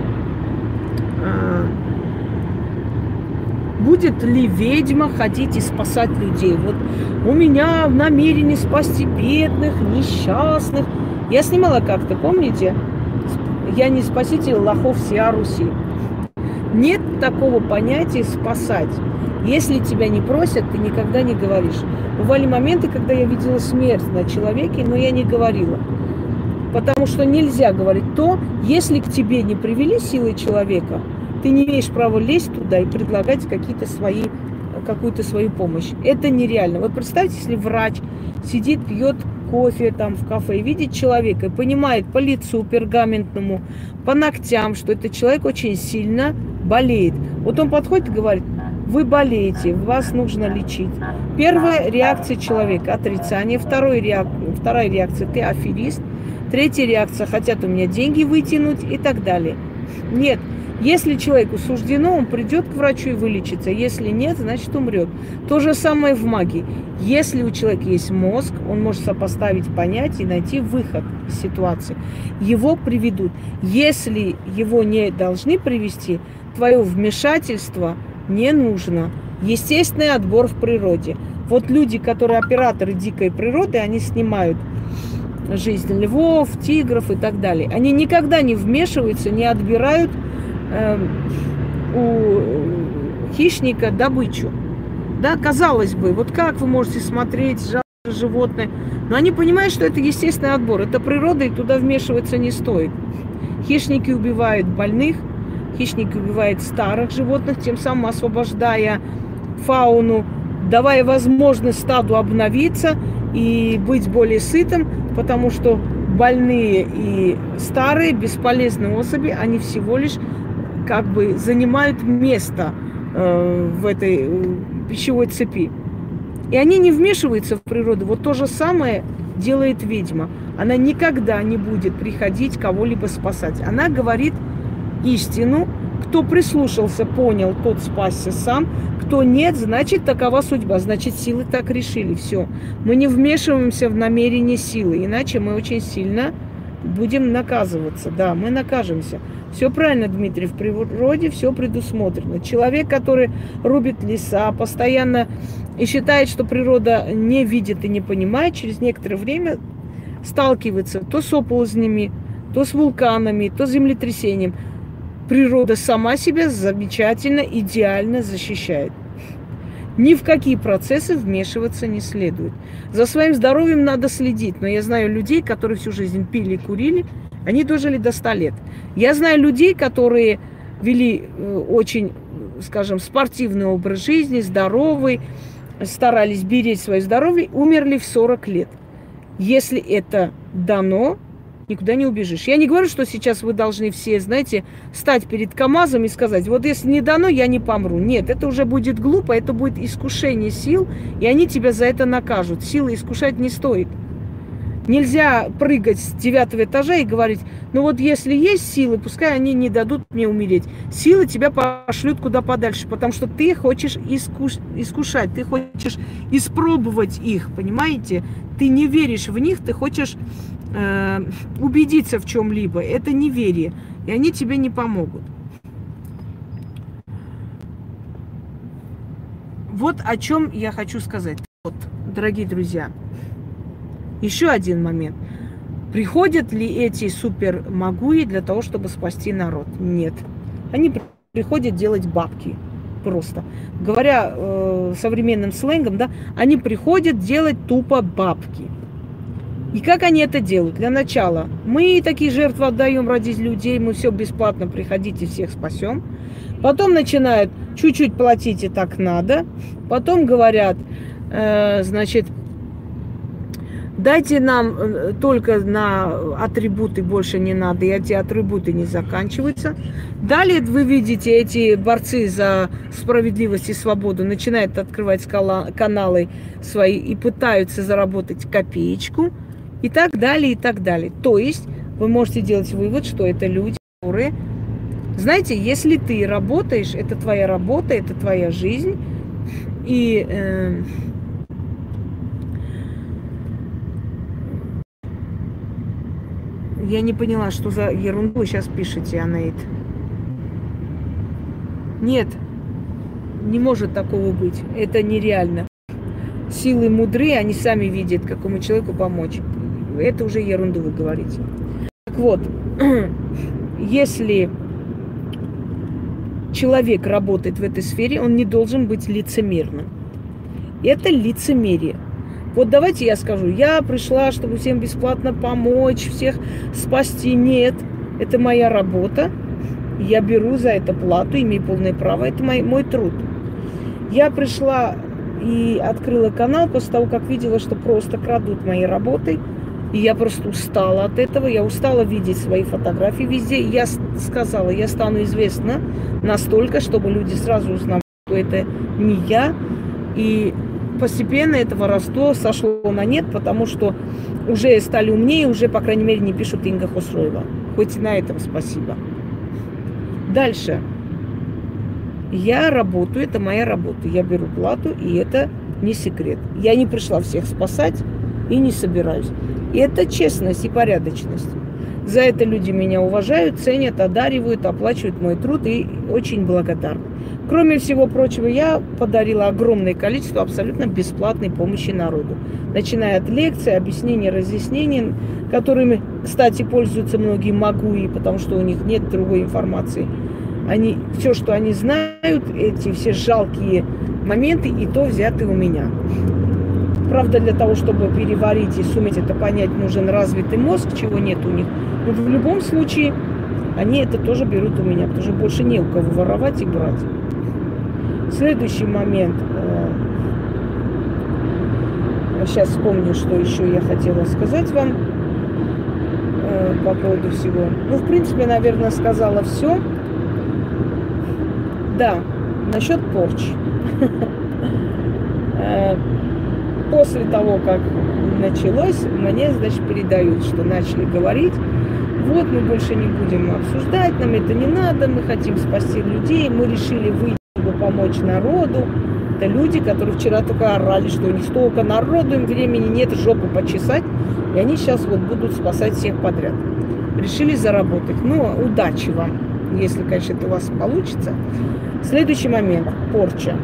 Speaker 1: Будет ли ведьма ходить и спасать людей? Вот у меня в намерении спасти бедных, несчастных. Я снимала как-то, помните? Я не спаситель лохов всея Руси. Нет такого понятия спасать. Если тебя не просят, ты никогда не говоришь. Бывали моменты, когда я видела смерть на человеке, но я не говорила. Потому что нельзя говорить то, если к тебе не привели силы человека, ты не имеешь права лезть туда и предлагать какую-то свою помощь. Это нереально. Вот представьте, если врач сидит, пьет кофе там в кафе и видит человека, и понимает по лицу пергаментному, по ногтям, что этот человек очень сильно болеет. Вот он подходит и говорит: вы болеете, вас нужно лечить. Первая реакция человека – отрицание. Вторая реакция – ты аферист. Третья реакция – хотят у меня деньги вытянуть и так далее. Нет. Если человеку суждено, он придет к врачу и вылечится. Если нет, значит умрет. То же самое в магии. Если у человека есть мозг, он может сопоставить понятия и найти выход из ситуации. Его приведут. Если его не должны привести, твое вмешательство не нужно. Естественный отбор в природе. Вот люди, которые операторы дикой природы, они снимают жизнь львов, тигров и так далее. Они никогда не вмешиваются, не отбирают у хищника добычу. Да, казалось бы, вот как вы можете смотреть жалкое животное, но они понимают, что это естественный отбор, это природа, и туда вмешиваться не стоит. Хищники убивают больных, хищники убивают старых животных, тем самым освобождая фауну, давая возможность стаду обновиться и быть более сытым, потому что больные и старые, бесполезные особи, они всего лишь как бы занимают место в этой пищевой цепи. И они не вмешиваются в природу. Вот то же самое делает ведьма. Она никогда не будет приходить кого-либо спасать. Она говорит истину. Кто прислушался, понял, тот спасся сам. Кто нет, значит, такова судьба. Значит, силы так решили. Все. Мы не вмешиваемся в намерение силы. Иначе мы очень сильно будем наказываться. Да, мы накажемся. Все правильно, Дмитрий, в природе все предусмотрено. Человек, который рубит леса, постоянно и считает, что природа не видит и не понимает, через некоторое время сталкивается то с оползнями, то с вулканами, то с землетрясением. Природа сама себя замечательно, идеально защищает. Ни в какие процессы вмешиваться не следует. За своим здоровьем надо следить. Но я знаю людей, которые всю жизнь пили и курили, они дожили до 100 лет. Я знаю людей, которые вели очень, скажем, спортивный образ жизни, здоровый, старались беречь свое здоровье, умерли в 40 лет. Если это дано, никуда не убежишь. Я не говорю, что сейчас вы должны все, знаете, стать перед КамАЗом и сказать: вот если не дано, я не помру. Нет, это уже будет глупо, это будет искушение сил, и они тебя за это накажут. Силы искушать не стоит. Нельзя прыгать с 9-го этажа и говорить: ну вот если есть силы, пускай они не дадут мне умереть. Силы тебя пошлют куда подальше, потому что ты хочешь искушать, ты хочешь испробовать их, понимаете? Ты не веришь в них, ты хочешь убедиться в чем-либо. Это неверие, и они тебе не помогут. Вот о чем я хочу сказать. Вот, дорогие друзья. Еще один момент. Приходят ли эти супермагуи для того, чтобы спасти народ? Нет. Они приходят делать бабки. Просто. Говоря современным сленгом, да, они приходят делать тупо бабки. И как они это делают? Для начала, мы такие жертвы отдаем ради людей, мы все бесплатно, приходите, всех спасем. Потом начинают: чуть-чуть платите, так надо. Потом говорят, значит, Дайте нам только на атрибуты, больше не надо, и эти атрибуты не заканчиваются. Далее вы видите, эти борцы за справедливость и свободу начинают открывать каналы свои и пытаются заработать копеечку, и так далее, и так далее. То есть вы можете делать вывод, что это люди, которые... Знаете, если ты работаешь, это твоя работа, это твоя жизнь, и... Я не поняла, что за ерунду вы сейчас пишете, Анаит. Нет, не может такого быть. Это нереально. Силы мудры, они сами видят, какому человеку помочь. Это уже ерунду вы говорите. Так вот, если человек работает в этой сфере, он не должен быть лицемерным. Это лицемерие. Вот давайте я скажу, я пришла, чтобы всем бесплатно помочь, всех спасти. Нет, это моя работа. Я беру за это плату, имею полное право. Это мой труд. Я пришла и открыла канал после того, как видела, что просто крадут мои работы. И я просто устала от этого. Я устала видеть свои фотографии везде. И я сказала, я стану известна настолько, чтобы люди сразу узнали, что это не я. И постепенно это воровство сошло на нет, потому что уже стали умнее, уже, по крайней мере, не пишут Инга Хосроева. Хоть и на этом спасибо. Дальше. Я работаю, это моя работа. Я беру плату, и это не секрет. Я не пришла всех спасать и не собираюсь. И это честность и порядочность. За это люди меня уважают, ценят, одаривают, оплачивают мой труд и очень благодарны. Кроме всего прочего, я подарила огромное количество абсолютно бесплатной помощи народу. Начиная от лекций, объяснений, разъяснений, которыми, кстати, пользуются многие магуи, потому что у них нет другой информации. Все, что они знают, эти все жалкие моменты, и то взяты у меня. Правда, для того, чтобы переварить и суметь это понять, нужен развитый мозг, чего нет у них. Но в любом случае, они это тоже берут у меня, потому что больше не у кого воровать и брать. Следующий момент. Сейчас вспомню, что еще я хотела сказать вам по поводу всего. Ну, в принципе, наверное, сказала все. Да, насчет порчи. После того, как началось, мне, значит, передают, что начали говорить, вот мы больше не будем обсуждать, нам это не надо, мы хотим спасти людей, мы решили выйти, чтобы помочь народу. Это люди, которые вчера только орали, что у них столько народу, им времени нет, жопу почесать, и они сейчас вот будут спасать всех подряд. Решили заработать. Ну, удачи вам, если, конечно, это у вас получится. Следующий момент. Порча.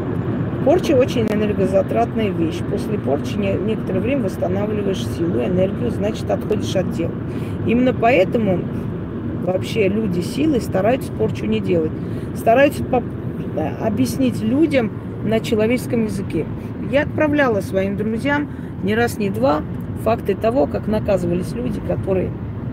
Speaker 1: Порча очень энергозатратная вещь. После порчи некоторое время восстанавливаешь силу, энергию, значит, отходишь от дел. Именно поэтому вообще люди силы стараются порчу не делать. Стараются объяснить людям на человеческом языке. Я отправляла своим друзьям не раз, не два факты того, как наказывались люди, которые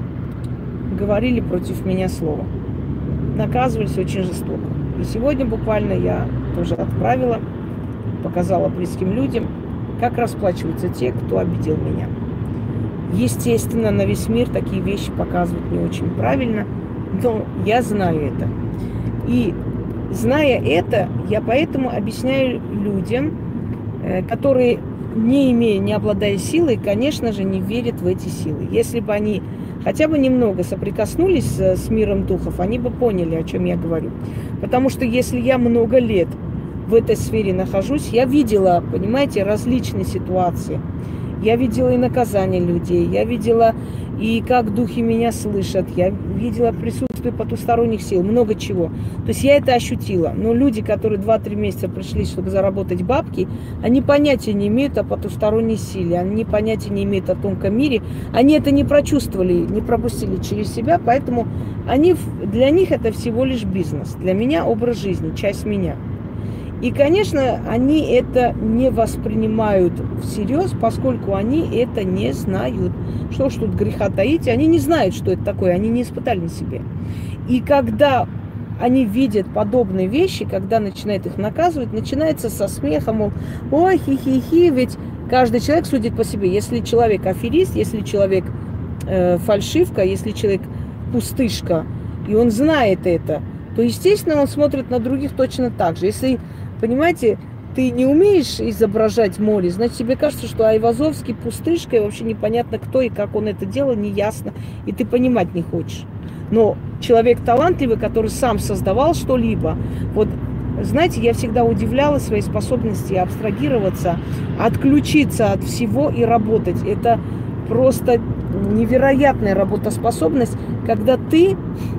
Speaker 1: говорили против меня слово. Наказывались очень жестоко. И сегодня буквально я тоже отправила, показала близким людям, как расплачиваются те, кто обидел меня. Естественно, на весь мир такие вещи показывать не очень правильно, но я знаю это. И зная это, я поэтому объясняю людям, которые, не обладая силой, конечно же, не верят в эти силы. Если бы они хотя бы немного соприкоснулись с миром духов, они бы поняли, о чем я говорю. Потому что если я много лет в этой сфере нахожусь, я видела, понимаете, различные ситуации. Я видела и наказание людей, я видела и как духи меня слышат, я видела присутствие потусторонних сил, много чего. То есть я это ощутила. Но люди, которые 2-3 месяца пришли, чтобы заработать бабки, они понятия не имеют о потусторонней силе, они понятия не имеют о тонком мире, они это не прочувствовали, не пропустили через себя, поэтому для них это всего лишь бизнес. Для меня образ жизни, часть меня. И, конечно, они это не воспринимают всерьез, поскольку они это не знают. Что ж тут греха таить? Они не знают, что это такое, они не испытали на себе. И когда они видят подобные вещи, когда начинают их наказывать, начинается со смехом, мол, ой, хи-хи-хи, ведь Каждый человек судит по себе. Если человек аферист, если человек фальшивка, если человек пустышка, и он знает это, то, естественно, он смотрит на других точно так же. Если, понимаете, ты не умеешь изображать море, значит, тебе кажется, что Айвазовский пустышка, и вообще непонятно кто и как он это делал, неясно, и ты понимать не хочешь. Но человек талантливый, который сам создавал что-либо, вот, знаете, я всегда удивлялась своей способности абстрагироваться, отключиться от всего и работать. Это просто невероятная работоспособность, когда ты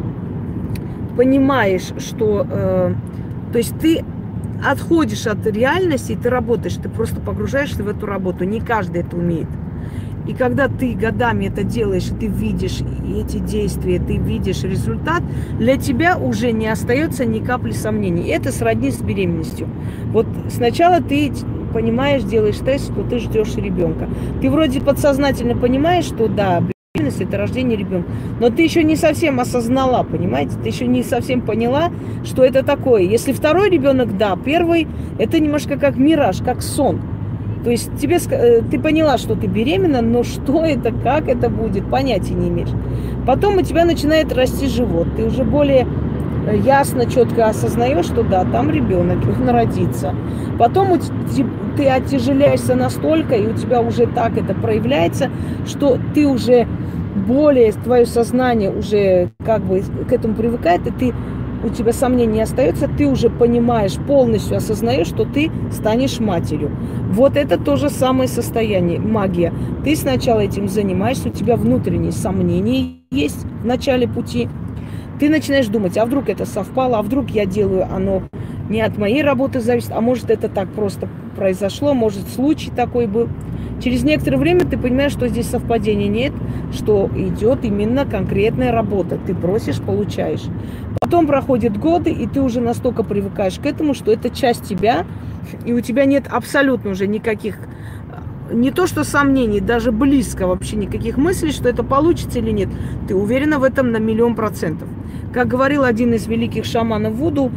Speaker 1: понимаешь, что, то есть ты отходишь от реальности, и ты работаешь, ты просто погружаешься в эту работу. Не каждый это умеет. И когда ты годами это делаешь, ты видишь эти действия, ты видишь результат, для тебя уже не остается ни капли сомнений. Это сродни с беременностью. Вот сначала ты понимаешь, делаешь тест, что ты ждешь ребенка. Ты вроде подсознательно понимаешь, что да, беременность – это рождение ребенка, но ты еще не совсем осознала, понимаете? Ты еще не совсем поняла, что это такое. Если второй ребенок, да, первый – это немножко как мираж, как сон. То есть ты поняла, что ты беременна, но что это, как это будет, понятия не имеешь. Потом у тебя начинает расти живот. Ты уже более ясно, четко осознаешь, что да, там ребенок, он родится. Потом ты оттяжеляешься настолько, и у тебя уже так это проявляется, что ты уже более, твое сознание уже как бы к этому привыкает, и у тебя сомнений не остается, ты уже понимаешь, полностью осознаешь, что ты станешь матерью. Вот это то же самое состояние, магия. Ты сначала этим занимаешься, у тебя внутренние сомнения есть в начале пути. Ты начинаешь думать, а вдруг это совпало, а вдруг я делаю, оно не от моей работы зависит, а может это так просто произошло, может случай такой был. Через некоторое время ты понимаешь, что здесь совпадения нет, что идет именно конкретная работа. Ты просишь, получаешь. Потом проходят годы, и ты уже настолько привыкаешь к этому, что это часть тебя, и у тебя нет абсолютно уже никаких, не то что сомнений, даже близко вообще никаких мыслей, что это получится или нет. Ты уверена в этом на 1000000%. Как говорил один из великих шаманов Вуду,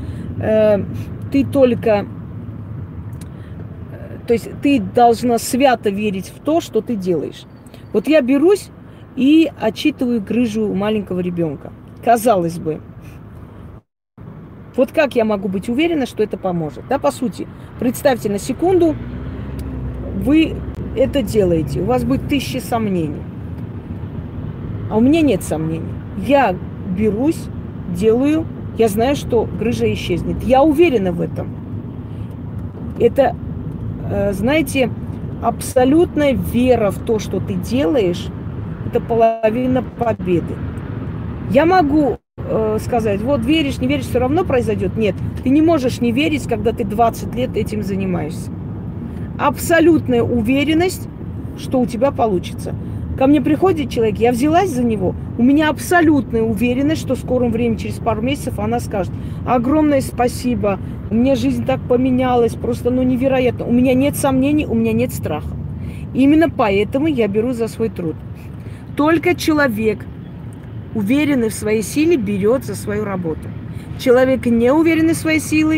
Speaker 1: ты только... То есть ты должна свято верить в то, что ты делаешь. Вот я берусь и отчитываю грыжу маленького ребенка. Казалось бы, вот как я могу быть уверена, что это поможет? Да, по сути, представьте на секунду, вы это делаете, у вас будет 1000 сомнений. А у меня нет сомнений. Я берусь, делаю, я знаю, что грыжа исчезнет. Я уверена в этом. Это... Знаете, абсолютная вера в то, что ты делаешь, это половина победы. Я могу сказать, вот веришь, не веришь, все равно произойдет. Нет, ты не можешь не верить, когда ты 20 лет этим занимаешься. Абсолютная уверенность, что у тебя получится. Ко мне приходит человек, я взялась за него, у меня абсолютная уверенность, что в скором времени, через пару месяцев, она скажет: огромное спасибо, у меня жизнь так поменялась, просто невероятно. У меня нет сомнений, у меня нет страха. Именно поэтому я беру за свой труд. Только человек, уверенный в своей силе, берет за свою работу. Человек, не уверенный в своей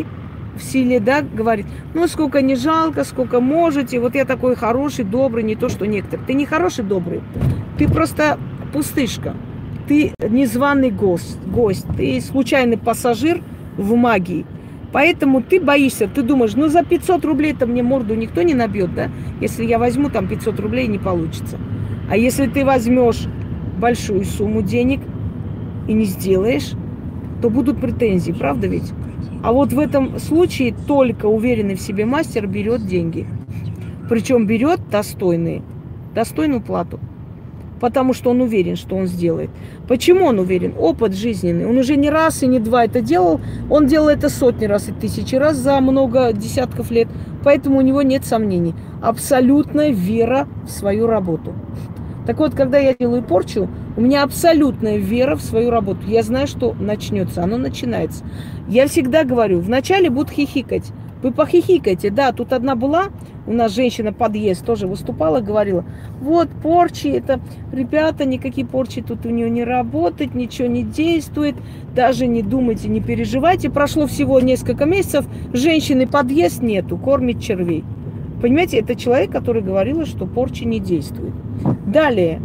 Speaker 1: силе, да, говорит: ну, сколько не жалко, сколько можете, вот я такой хороший, добрый, не то, что некоторые. Ты не хороший, добрый, ты просто пустышка, ты незваный гость, ты случайный пассажир в магии. Поэтому ты боишься, ты думаешь, ну, за 500 рублей-то мне морду никто не набьет, да? Если я возьму там 500 рублей, не получится. А если ты возьмешь большую сумму денег и не сделаешь, то будут претензии, правда ведь? А вот в этом случае только уверенный в себе мастер берет деньги. Причем берет достойную плату. Потому что он уверен, что он сделает. Почему он уверен? Опыт жизненный. Он уже не раз и не два это делал. Он делал это сотни раз и тысячи раз за много десятков лет. Поэтому у него нет сомнений. Абсолютная вера в свою работу. Так вот, когда я делаю порчу, у меня абсолютная вера в свою работу. Я знаю, что начнется, оно начинается. Я всегда говорю, вначале будут хихикать. Вы похихикайте. Да, тут одна была, у нас женщина подъезд тоже выступала, говорила: вот порчи, это, ребята, никакие порчи тут у нее не работают, ничего не действует, даже не думайте, не переживайте. Прошло всего несколько месяцев, женщины подъезд нету, кормит червей. Понимаете, это человек, который говорил, что порча не действует. Далее,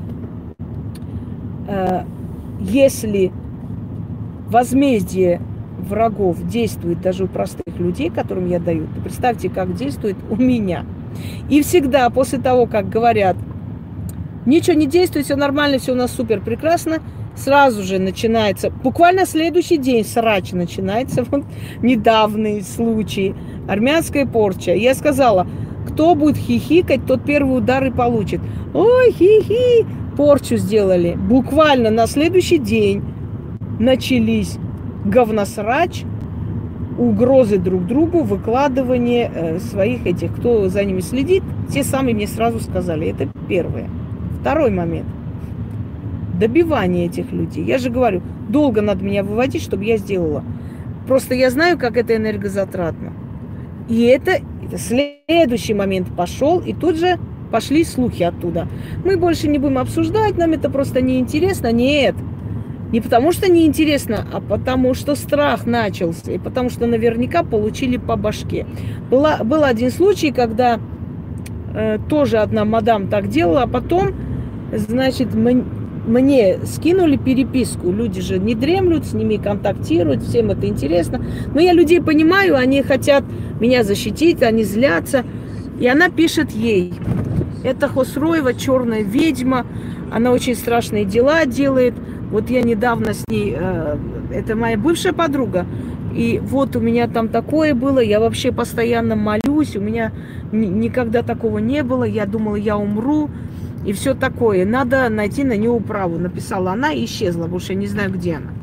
Speaker 1: если возмездие врагов действует даже у простых людей, которым я даю, то представьте, как действует у меня. И всегда после того, как говорят, ничего не действует, все нормально, все у нас супер прекрасно, сразу же начинается, буквально следующий день срач начинается. Вот недавний случай, армянская порча. Я сказала, кто будет хихикать, тот первый удар и получит. Ой, хи-хи, порчу сделали. Буквально на следующий день начались говносрач, угрозы друг другу, выкладывание своих этих, кто за ними следит, те сами мне сразу сказали. Это первое. Второй момент. Добивание этих людей. Я же говорю, долго надо меня выводить, чтобы я сделала. Просто я знаю, как это энергозатратно. И это следующий момент пошел, и тут же пошли слухи оттуда. Мы больше не будем обсуждать, нам это просто неинтересно. Нет. Не потому что неинтересно, а потому что страх начался. И потому что наверняка получили по башке. Был один случай, когда тоже одна мадам так делала, а потом, значит, мне скинули переписку. Люди же не дремлют, с ними контактируют, всем это интересно. Но я людей понимаю, они хотят меня защитить, они злятся. И она пишет ей. Это Хосроева, черная ведьма. Она очень страшные дела делает. Вот я недавно с ней, это моя бывшая подруга, и вот у меня там такое было, я вообще постоянно молюсь, у меня никогда такого не было, я думала, я умру, и все такое. Надо найти на нее управу, написала она и исчезла, больше я не знаю, где она.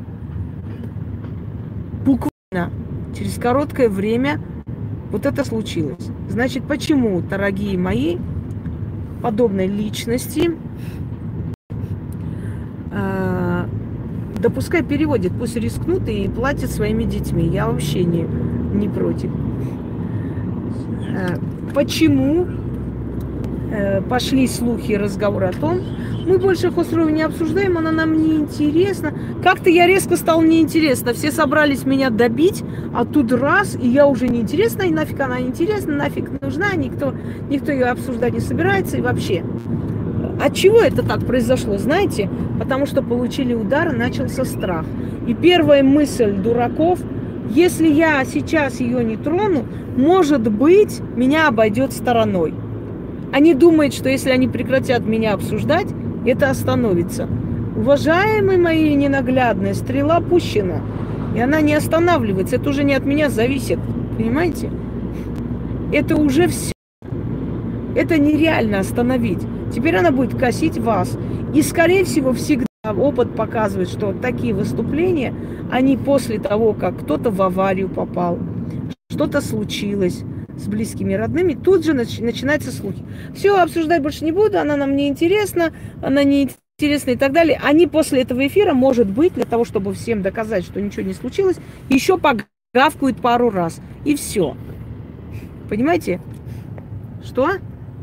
Speaker 1: Буквально через короткое время вот это случилось. Значит, почему, дорогие мои, подобной личности... Да пускай переводит, пусть рискнут и платят своими детьми. Я вообще не против. Почему пошли слухи и разговоры о том, мы больше Хосроеву не обсуждаем, она нам не интересна. Как-то я резко стала неинтересна. Все собрались меня добить, а тут раз, и я уже неинтересна, и нафиг она интересна, нафиг нужна, никто ее обсуждать не собирается и вообще. От чего это так произошло, знаете? Потому что получили удар, начался страх. И первая мысль дураков, если я сейчас ее не трону, может быть, меня обойдет стороной. Они думают, что если они прекратят меня обсуждать, это остановится. Уважаемые мои ненаглядные, стрела пущена. И она не останавливается. Это уже не от меня зависит. Понимаете? Это уже все. Это нереально остановить. Теперь она будет косить вас. И, скорее всего, всегда опыт показывает, что такие выступления, они после того, как кто-то в аварию попал, что-то случилось с близкими родными, тут же начинаются слухи. Все, обсуждать больше не буду, она нам не интересна, она не интересна и так далее. Они после этого эфира, может быть, для того, чтобы всем доказать, что ничего не случилось, еще погавкают пару раз. И все. Понимаете? Что?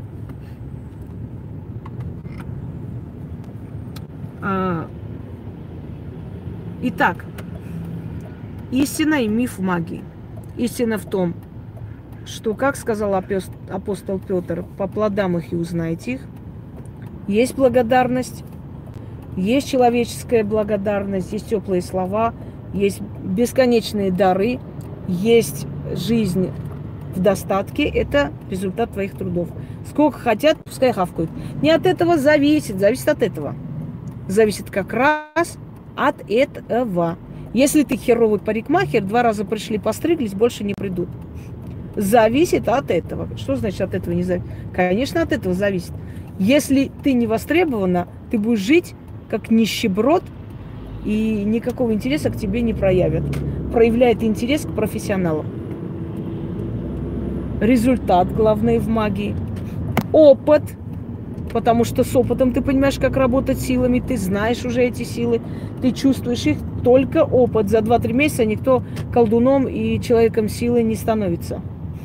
Speaker 1: Итак, истина и миф магии. Истина в том, что, как сказал апостол Петр, по плодам их и узнаете их. Есть благодарность, есть человеческая благодарность, есть теплые слова, есть бесконечные дары, есть жизнь в достатке. Это результат твоих трудов. Сколько хотят, пускай хавкают. Не от этого зависит от этого. Зависит как раз от этого. Если ты херовый парикмахер, 2 раза пришли, постриглись, больше не придут. Зависит от этого. Что значит от этого не зависит? Конечно, от этого зависит. Если ты не востребована, ты будешь жить как нищеброд, и никакого интереса к тебе не проявят. Проявляет интерес к профессионалам. Результат главный в магии. Опыт. Потому что с опытом ты понимаешь, как работать силами, ты знаешь уже эти силы, ты чувствуешь их, только опыт. За 2-3 месяца никто колдуном и человеком силы не становится.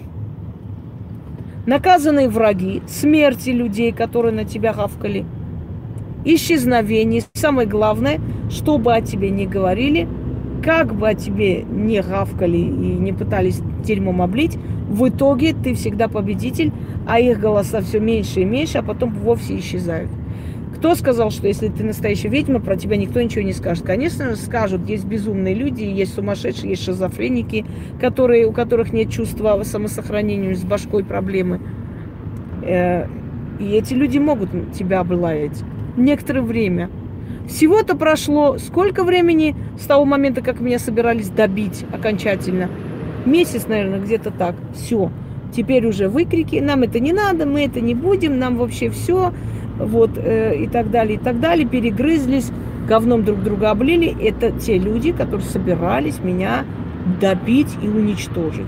Speaker 1: Наказанные враги, смерти людей, которые на тебя хавкали, исчезновение. Самое главное, что бы о тебе ни говорили, как бы о тебе не гавкали и не пытались дерьмом облить, в итоге ты всегда победитель, а их голоса все меньше и меньше, а потом вовсе исчезают. Кто сказал, что если ты настоящая ведьма, про тебя никто ничего не скажет? Конечно же, скажут. Есть безумные люди, есть сумасшедшие, есть шизофреники, у которых нет чувства самосохранения, с башкой проблемы. И эти люди могут тебя облаять. Некоторое время. Всего-то прошло сколько времени с того момента, как меня собирались добить окончательно? Месяц, наверное, где-то так. Все. Теперь уже выкрики. Нам это не надо, мы это не будем, нам вообще все. Вот, и так далее, и так далее. Перегрызлись, говном друг друга облили. Это те люди, которые собирались меня добить и уничтожить.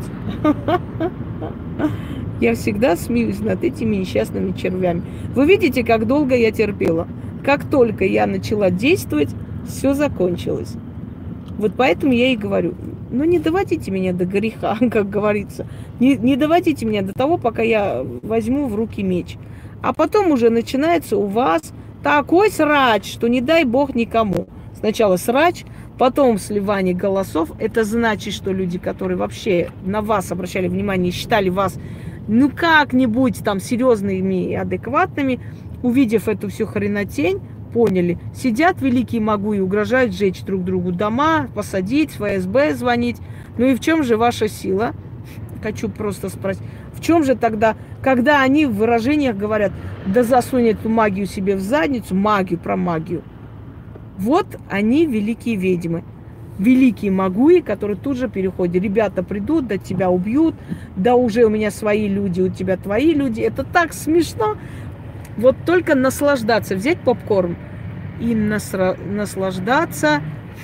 Speaker 1: Я всегда смеюсь над этими несчастными червями. Вы видите, как долго я терпела? Как только я начала действовать, все закончилось. Вот поэтому я и говорю, ну не доводите меня до греха, как говорится. Не доводите меня до того, пока я возьму в руки меч. А потом уже начинается у вас такой срач, что не дай бог никому. Сначала срач, потом сливание голосов. Это значит, что люди, которые вообще на вас обращали внимание, считали вас ну как-нибудь там серьезными и адекватными, увидев эту всю хренотень, поняли, сидят великие могу и угрожают сжечь друг другу дома, посадить, в ФСБ звонить. Ну и в чем же ваша сила? Хочу просто спросить. В чем же тогда, когда они в выражениях говорят, да засунь эту магию себе в задницу, магию про магию. Вот они великие ведьмы. Великие магуи, которые тут же переходят. Ребята придут, да тебя убьют, да уже у меня свои люди, у тебя твои люди. Это так смешно. Вот только наслаждаться, взять попкорн и наслаждаться,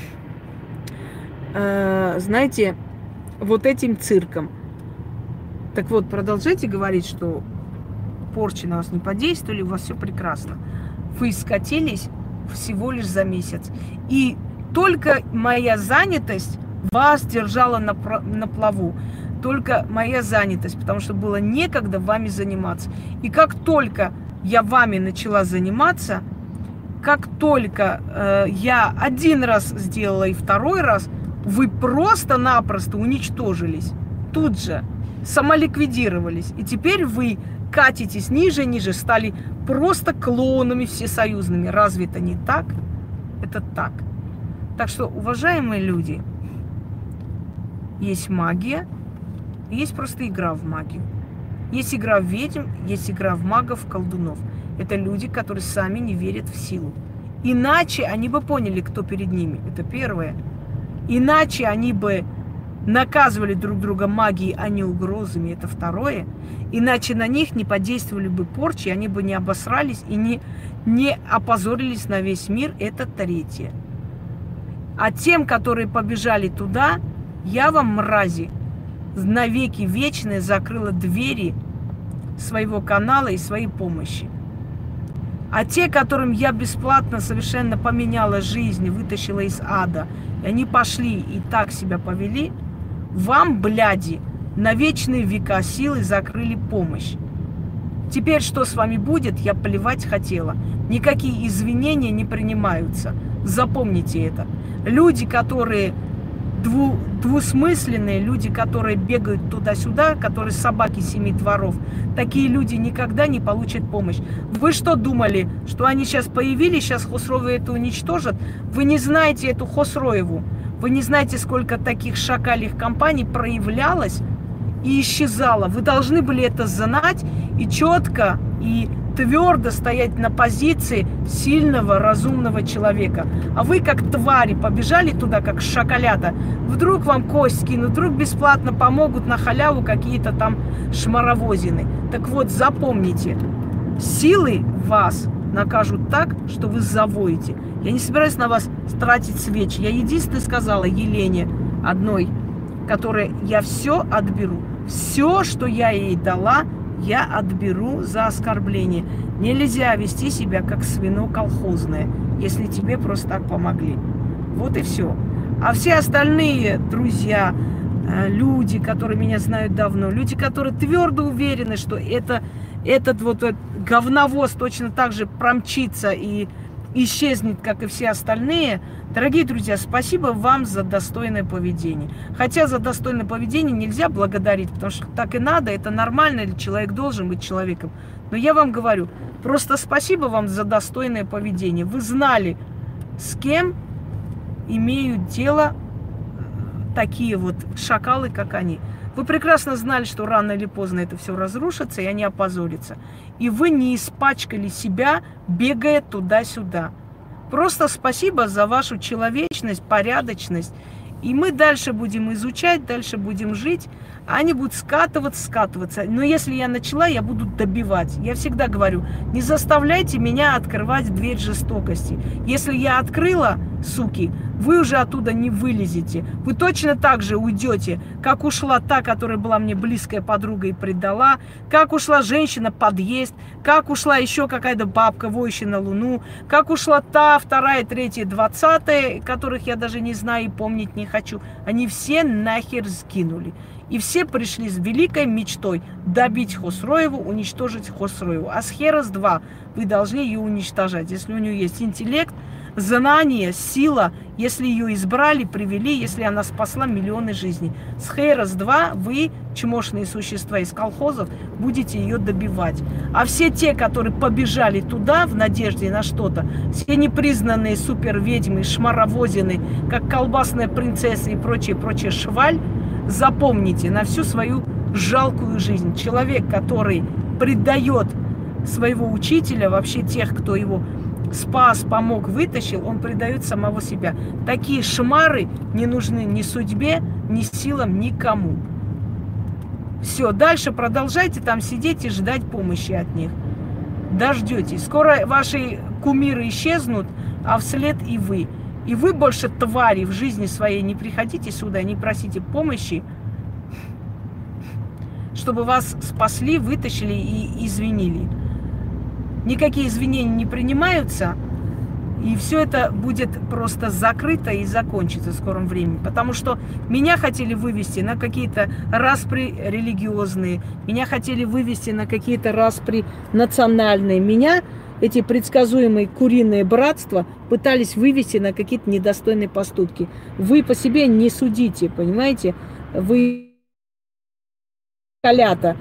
Speaker 1: знаете, вот этим цирком. Так вот, продолжайте говорить, что порчи на вас не подействовали, у вас все прекрасно. Вы скатились всего лишь за месяц. И только моя занятость вас держала на плаву. Только моя занятость, потому что было некогда вами заниматься. И как только я вами начала заниматься, как только я один раз сделала и второй раз, вы просто-напросто уничтожились. Тут же самоликвидировались. И теперь вы катитесь ниже и ниже, стали просто клоунами всесоюзными. Разве это не так? Это так. Так что, уважаемые люди, есть магия, есть просто игра в магию. Есть игра в ведьм, есть игра в магов, колдунов. Это люди, которые сами не верят в силу. Иначе они бы поняли, кто перед ними. Это первое. Иначе они бы наказывали друг друга магией, а не угрозами. Это второе. Иначе на них не подействовали бы порчи, они бы не обосрались и не опозорились на весь мир. Это третье. А тем, которые побежали туда, я вам, мрази, навеки вечные закрыла двери своего канала и своей помощи. А те, которым я бесплатно совершенно поменяла жизнь, вытащила из ада, и они пошли и так себя повели, вам, бляди, на вечные века силы закрыли помощь. Теперь что с вами будет, я плевать хотела. Никакие извинения не принимаются. Запомните это. Люди, которые двусмысленные, люди, которые бегают туда-сюда, которые собаки 7 дворов, такие люди никогда не получат помощь. Вы что думали, что они сейчас появились, сейчас Хосроеву это уничтожат? Вы не знаете эту Хосроеву. Вы не знаете, сколько таких шакальих компаний проявлялось и исчезало. Вы должны были это знать и четко, и твердо стоять на позиции сильного, разумного человека. А вы, как твари, побежали туда, как шакалята. Вдруг вам кость скинут, вдруг бесплатно помогут на халяву какие-то там шмаровозины. Так вот, запомните, силы вас накажут так, что вы завоете. Я не собираюсь на вас тратить свечи. Я единственное сказала Елене одной, которой я все отберу. Все, что я ей дала, я отберу за оскорбление. Нельзя вести себя как свино колхозное, если тебе просто так помогли. Вот и все. А все остальные друзья, люди, которые меня знают давно, люди, которые твердо уверены, что этот говновоз точно так же промчится и исчезнет, как и все остальные. Дорогие друзья, спасибо вам за достойное поведение. Хотя за достойное поведение нельзя благодарить, потому что так и надо, это нормально, или человек должен быть человеком. Но я вам говорю, просто спасибо вам за достойное поведение. Вы знали, с кем имеют дело такие вот шакалы, как они. Вы прекрасно знали, что рано или поздно это все разрушится, и они опозорятся. И вы не испачкали себя, бегая туда-сюда. Просто спасибо за вашу человечность, порядочность. И мы дальше будем изучать, дальше будем жить. А они будут скатываться. Но если я начала, я буду добивать. Я всегда говорю, не заставляйте меня открывать дверь жестокости. Если я открыла, суки, вы уже оттуда не вылезете. Вы точно так же уйдете, как ушла та, которая была мне близкая подруга и предала, как ушла женщина подъезд, как ушла еще какая-то бабка, воющая на луну, как ушла та, вторая, третья, 20-я, которых я даже не знаю и помнить не хочу. Они все нахер сгинули. И все пришли с великой мечтой добить Хосроеву, уничтожить Хосроеву. А с Херес-2 вы должны ее уничтожать. Если у нее есть интеллект, знание, сила, если ее избрали, привели, если она спасла миллионы жизней. С Херес-2 вы, чмошные существа из колхозов, будете ее добивать. А все те, которые побежали туда в надежде на что-то, все непризнанные суперведьмы, шмаровозины, как колбасная принцесса и прочее шваль, запомните на всю свою жалкую жизнь. Человек, который предает своего учителя, вообще тех, кто его спас, помог, вытащил, он предает самого себя. Такие шмары не нужны ни судьбе, ни силам, никому. Все, дальше продолжайте там сидеть и ждать помощи от них. Дождетесь. Скоро ваши кумиры исчезнут, а вслед и вы. И вы больше, твари, в жизни своей не приходите сюда, не просите помощи, чтобы вас спасли, вытащили и извинили. Никакие извинения не принимаются, и все это будет просто закрыто и закончится в скором времени. Потому что меня хотели вывести на какие-то распри религиозные, меня хотели вывести на какие-то распри национальные. Меня эти предсказуемые куриные братства пытались вывести на какие-то недостойные поступки. Вы по себе не судите, понимаете? Вы колята.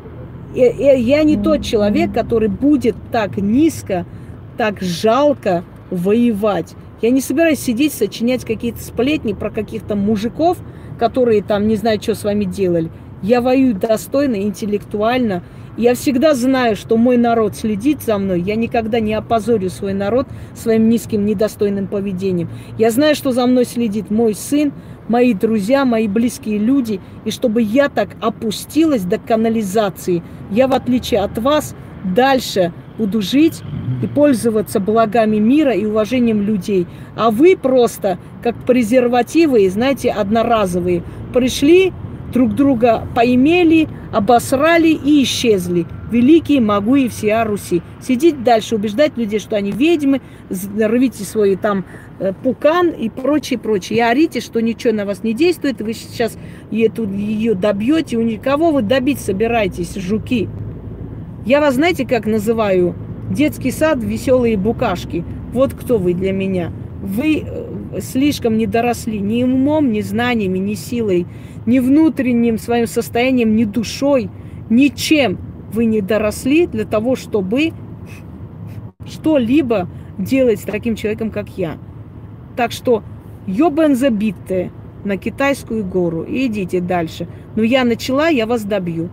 Speaker 1: Я не тот человек, который будет так низко, так жалко воевать. Я не собираюсь сидеть, сочинять какие-то сплетни про каких-то мужиков, которые там не знаю, что с вами делали. Я воюю достойно, интеллектуально. Я всегда знаю, что мой народ следит за мной. Я никогда не опозорю свой народ своим низким, недостойным поведением. Я знаю, что за мной следит мой сын, мои друзья, мои близкие люди. И чтобы я так опустилась до канализации, я, в отличие от вас, дальше буду жить и пользоваться благами мира и уважением людей. А вы просто, как презервативы, знаете, одноразовые, пришли, друг друга поимели, обосрали и исчезли. Великие могу и всея Руси. Сидеть дальше, убеждать людей, что они ведьмы, рвите свой там пукан и прочее. И орите, что ничего на вас не действует, вы сейчас ее добьете. Кого вы добить собираетесь, жуки? Я вас, знаете, как называю? Детский сад, веселые букашки. Вот кто вы для меня. Вы слишком не доросли ни умом, ни знаниями, ни силой, ни внутренним своим состоянием, ни душой, ничем вы не доросли для того, чтобы что-либо делать с таким человеком, как я. Так что ёбен забитте на Китайскую гору и идите дальше. Но я начала, я вас добью.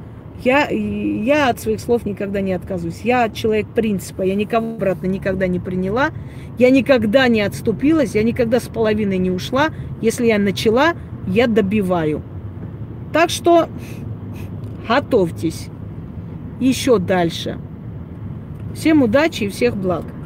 Speaker 1: Я от своих слов никогда не отказываюсь. Я человек принципа. Я никого обратно никогда не приняла. Я никогда не отступилась. Я никогда с половиной не ушла. Если я начала, я добиваю. Так что готовьтесь еще дальше. Всем удачи и всех благ.